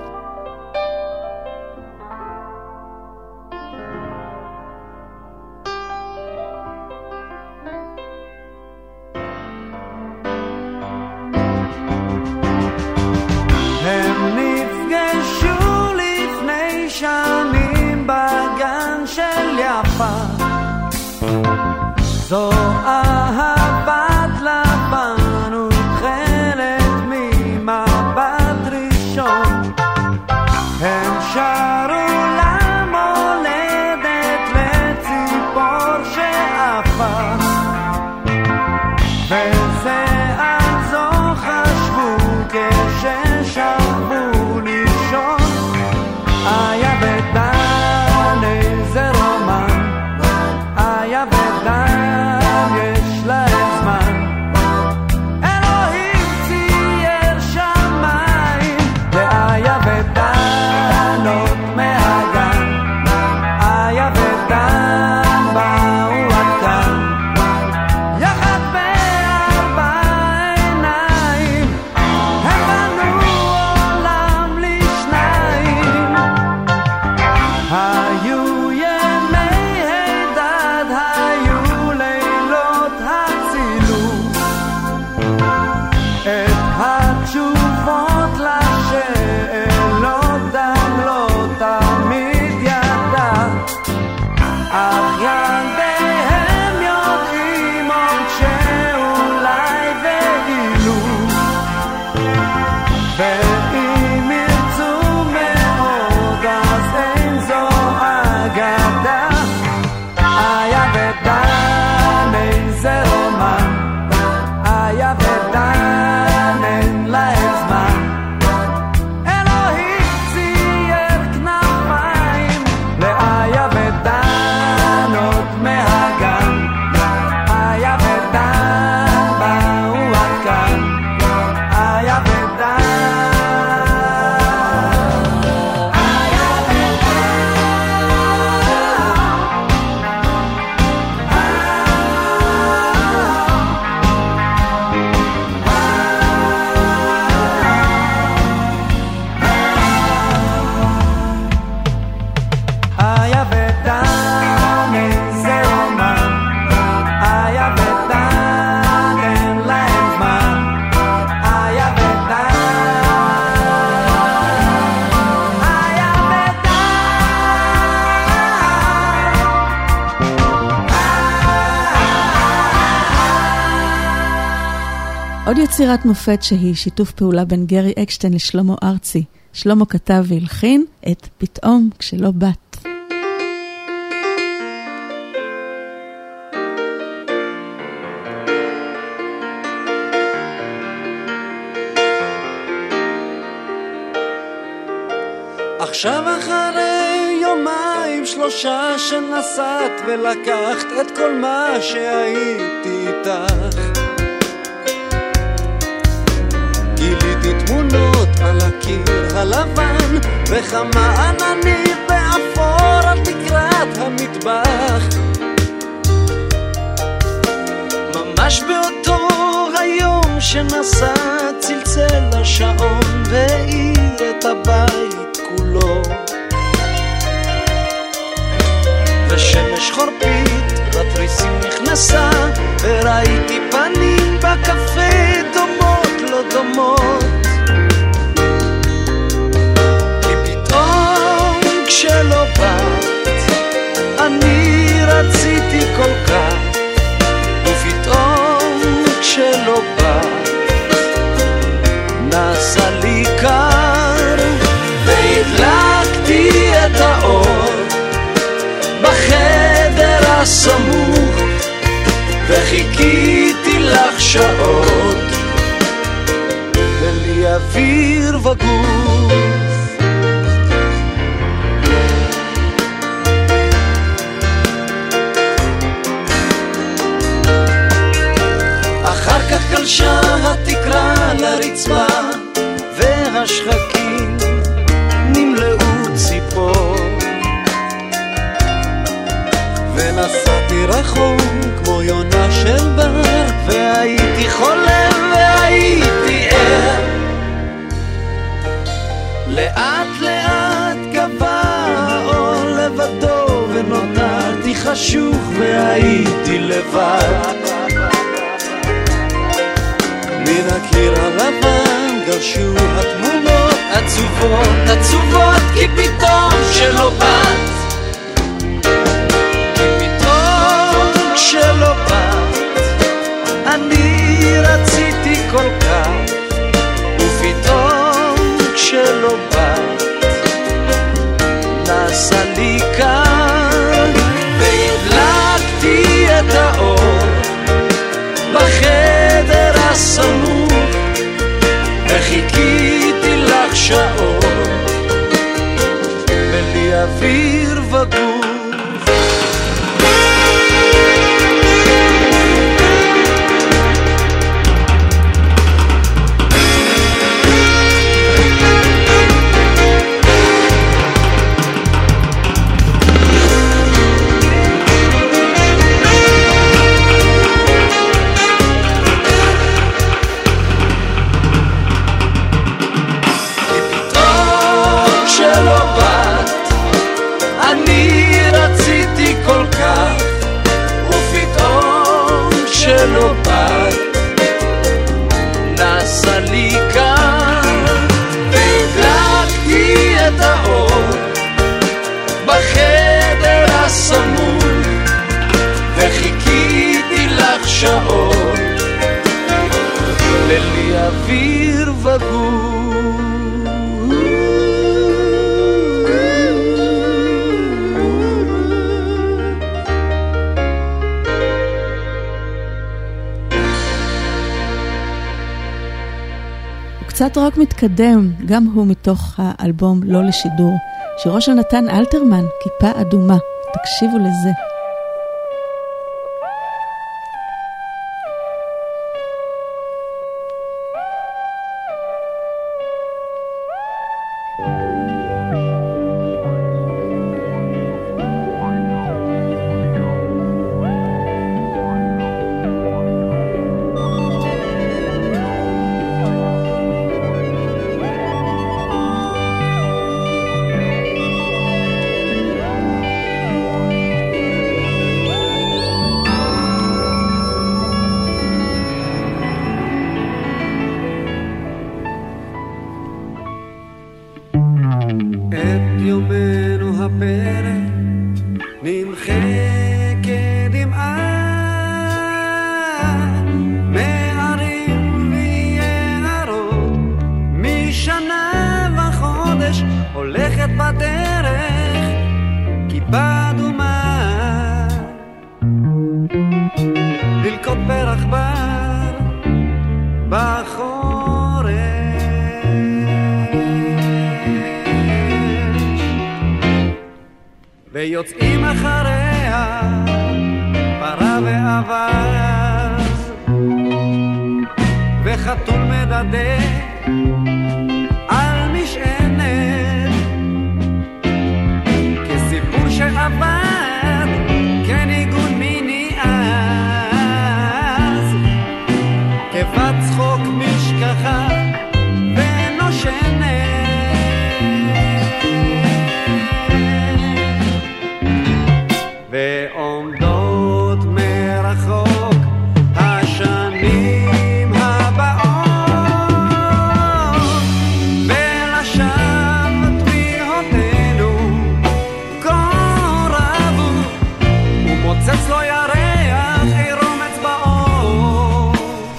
[SPEAKER 5] זו אהבת לבן ותכלת ממבט ראשון, הם שרו למולדת לציפור שעפה, וזה על זו חשבו כששבו לישון. היה בדן איזה רומן, היה בדן יש להם זמן, אלוהים צייר שמיים והיה בדן עוד מהגן, היה בדן באו עד כאן יחד בארבע עיניים, הם בנו עולם לשניים. היו תשובות לשאלות דם לא תמיד ידע, אך ילדיהם יודעים עוד שאולי ואילו, ואם ירצו מאוד אז אין זו אגדה. היה בדן איזה רומן, היה בדן אין להם זמן, אלוהים צייר כנפיים לאיה ודן עוד מהגן, היה ודן באו עד כאן, היה ודן, היה היה בדן איזה רומן, היה בדן אין להם זמן, היה בדן, היה בדן.
[SPEAKER 3] עוד יצירת מופת שהיא שיתוף פעולה בין גרי אקשטיין לשלמה ארצי. שלמה כתב והלחין את פתאום כשלא בת.
[SPEAKER 5] עכשיו אחרי יומיים שלושה שנסעת ולקחת את כל מה שהייתי איתך, גיליתי תמונות על הקיר הלבן וכמה עננים באפור על תקרת המטבח. ממש באותו היום שנסע צלצל השעון והאיר את הבית כולו, ושמש חורפית בתריסים נכנסה וראיתי פנים בקפה דומות לא דומות, כי פתאום כשלא באת אני רציתי כל כך, ופתאום כשלא באת נעשה לי קר, והדלקתי את האור בחדר הסמוך וחיכיתי לך שעות ולי אוויר וגוף. אחר כך גלשה התקרה לרצפה והשחקים נמלאו ציפור,
[SPEAKER 11] הייתי רחוק כמו יונה של בר, והייתי חולם והייתי ער. לאט לאט גבה האור לבדו ונותרתי חשוך והייתי לבד. מן הקיר הלבן גרשו התמונות עצובות עצובות, כי פתאום שלא באת, כי פתאום שלא באת, אני רציתי כל כך, ופתאום שלא באת נעשה לי קר, והדלקתי את האור בחדר הסמוך, וחיכיתי לך שעות בלי אוויר וגוף. שלא באת נעשה לי קר, והדלקתי את האור בחדר הסמוך, וחיכיתי לך שעות בלי אוויר וגוף.
[SPEAKER 3] קצת רוק מתקדם, גם הוא מתוך האלבום לא לשידור, שירו של נתן אלתרמן, כיפה אדומה. תקשיבו לזה.
[SPEAKER 11] ויוצאים אחריה פרה ואבז וחתול מדדה על משענת, כסיפור שעבד כניגון מיני אז, כבת צחוק משכחה ונושנת, ועומדות מרחוק השנים הבאות, ולשווא תמיהותינו כה רבו, ומוצץ לו ירח עירום אצבעות,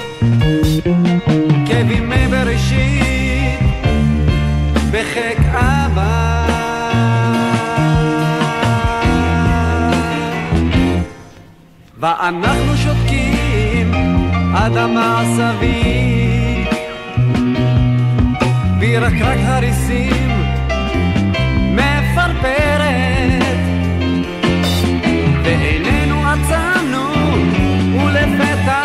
[SPEAKER 11] כבימי בראשית בחק אבא. ואנחנו שותקים אדמה סביב, ברקרק הריסים מפרפרת, ועינינו עצמנו ולפתע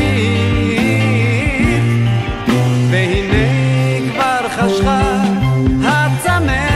[SPEAKER 11] נביט, והנה כבר חשכה הצמרת,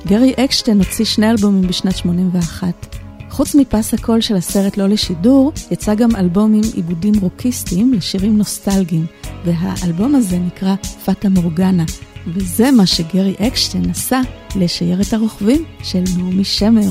[SPEAKER 3] גרי אקשטיין הוציא 2 אלבומים בשנת 81. חוץ מפס הקול של הסרט לא לשידור, יצא גם אלבום עם עיבודים רוקיסטיים לשירים נוסטלגיים, והאלבום הזה נקרא פאטה מורגנה, וזה מה שגרי אקשטיין עשה לשיירת הרוכבים של נעמי שמר.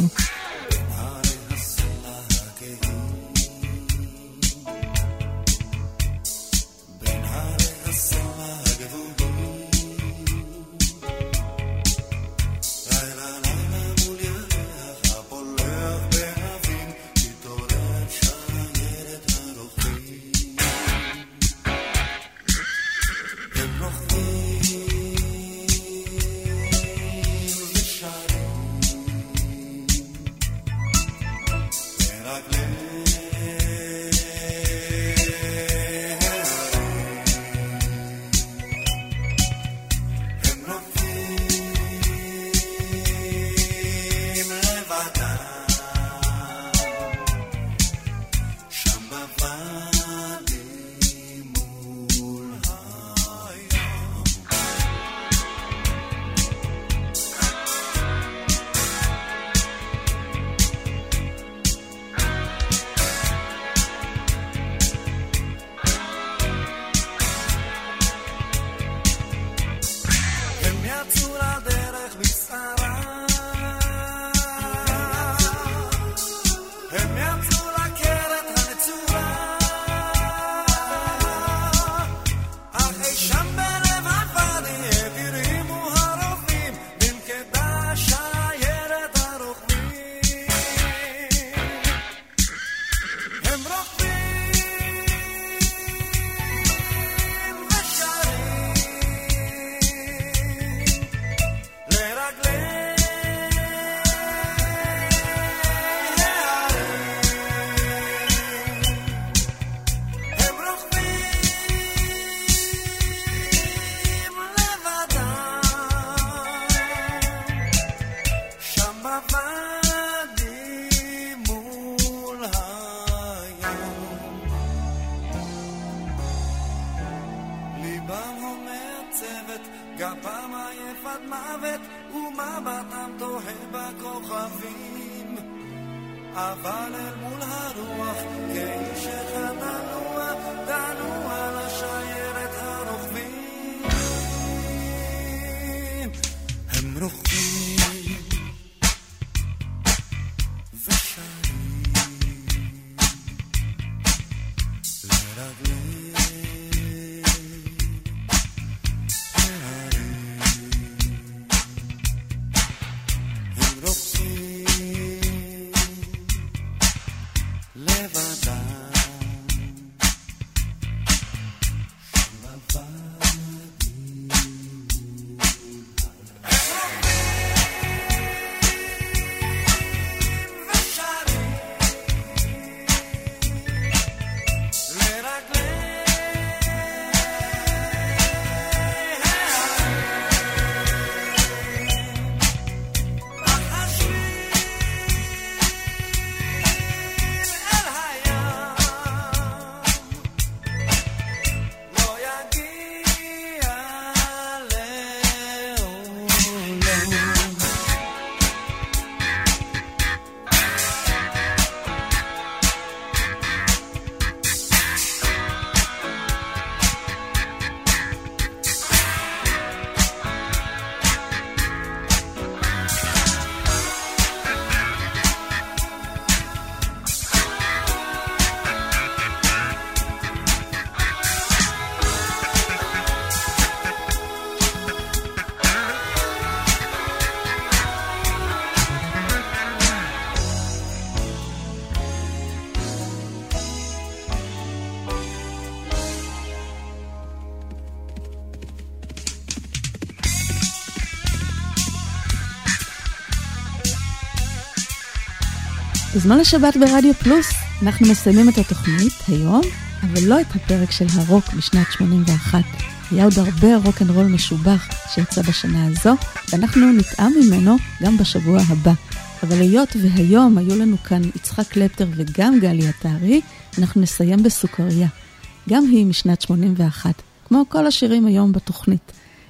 [SPEAKER 3] בזמן השבת ברדיו פלוס אנחנו מסיימים את התוכנית היום, אבל לא את הפרק של הרוק בשנת 81. היה עוד הרבה רוק אנד רול משובח שיצא בשנה הזו, ואנחנו נטעם ממנו גם בשבוע הבא. אבל היות והיום היו לנו כאן יצחק קלפטר וגם גלי עטרי, אנחנו נסיים בסוכריה. גם היא משנת 81, כמו כל השירים היום בתוכנית.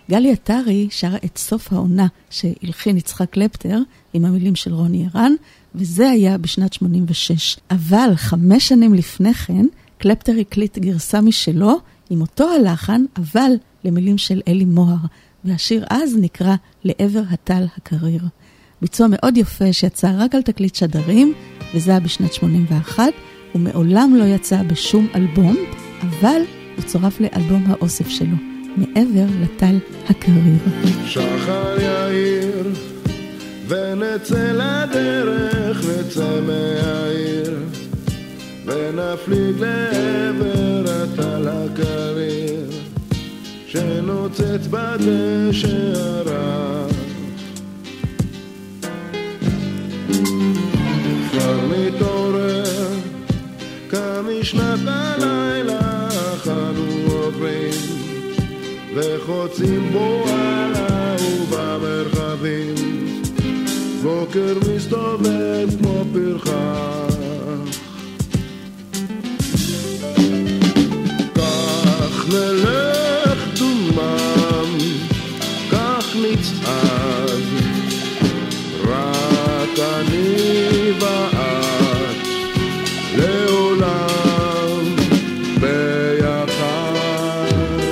[SPEAKER 3] גלי עטרי שרה את סוף העונה שהלחין יצחק קלפטר עם המילים של רוני ערן, וזה היה בשנת 86. אבל 5 שנים לפני כן, קלפטר הקליט גרסה משלו עם אותו הלחן, אבל למילים של אלי מוהר, והשיר אז נקרא לעבר הטל הקריר. ביצוע מאוד יפה שיצא רק על תקליט שדרים, וזה היה בשנת 81, ומעולם לא יצא בשום אלבום, אבל הוא צורף לאלבום האוסף שלו, מעבר לטל הקריר.
[SPEAKER 12] שחר יאיר ונצא לדרך, נצא מהעיר ונפליג לעבר הטל הקריר שנוצץ בדשא הרך. כבר מתעורר כמשנת הלילה, אנו עוברים וחוצים בו הלאה ובמרחבים, בוקר מסתובב כמו פרחח. כך נלך דומם, כך נצעד, רק אני ואת לעולם ביחד,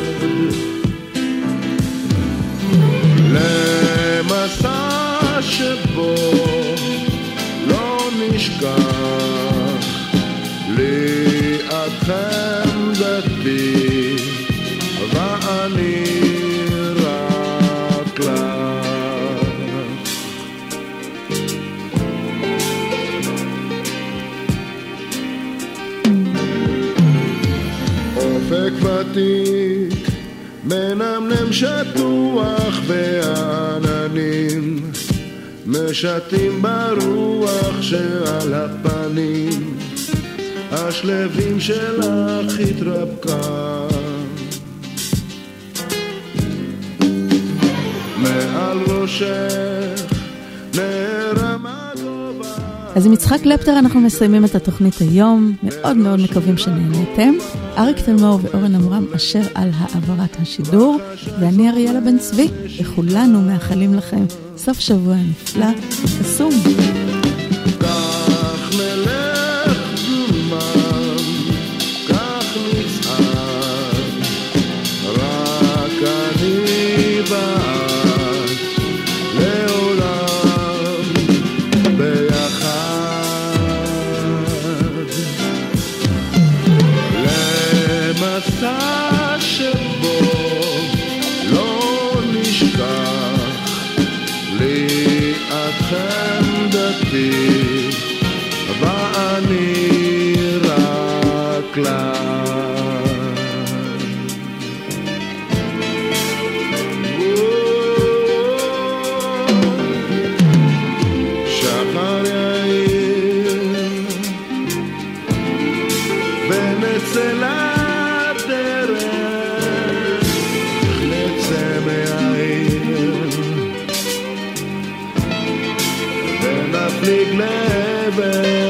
[SPEAKER 12] למסע שבו לא נשכח לידכם דתי ואני רק לך. אופק ותיק מנמנם שטוח בעננים, משתים ברוח שעל הפנים, השלבים שלך התרפקה מעל ראשך נערם הגובה.
[SPEAKER 3] אז עם יצחק קלפטר אנחנו מסיימים את התוכנית היום, מאוד מאוד מקווים שנהנתם. אריק תלמור ואורן אמרם אשר על העברת השידור, ואני אריאלה בן צבי, וכולנו מאחלים לכם סוף שבוע נפלא, קסום.
[SPEAKER 12] כך נלך דומם, כך נצעד, רק אני ואת לעולם ביחד, למסע שבו לא נשכח לידכם דתי ואני רק לך. שחר יאיר ונצא לדרך, נצא מהעיר ונפליג לעבר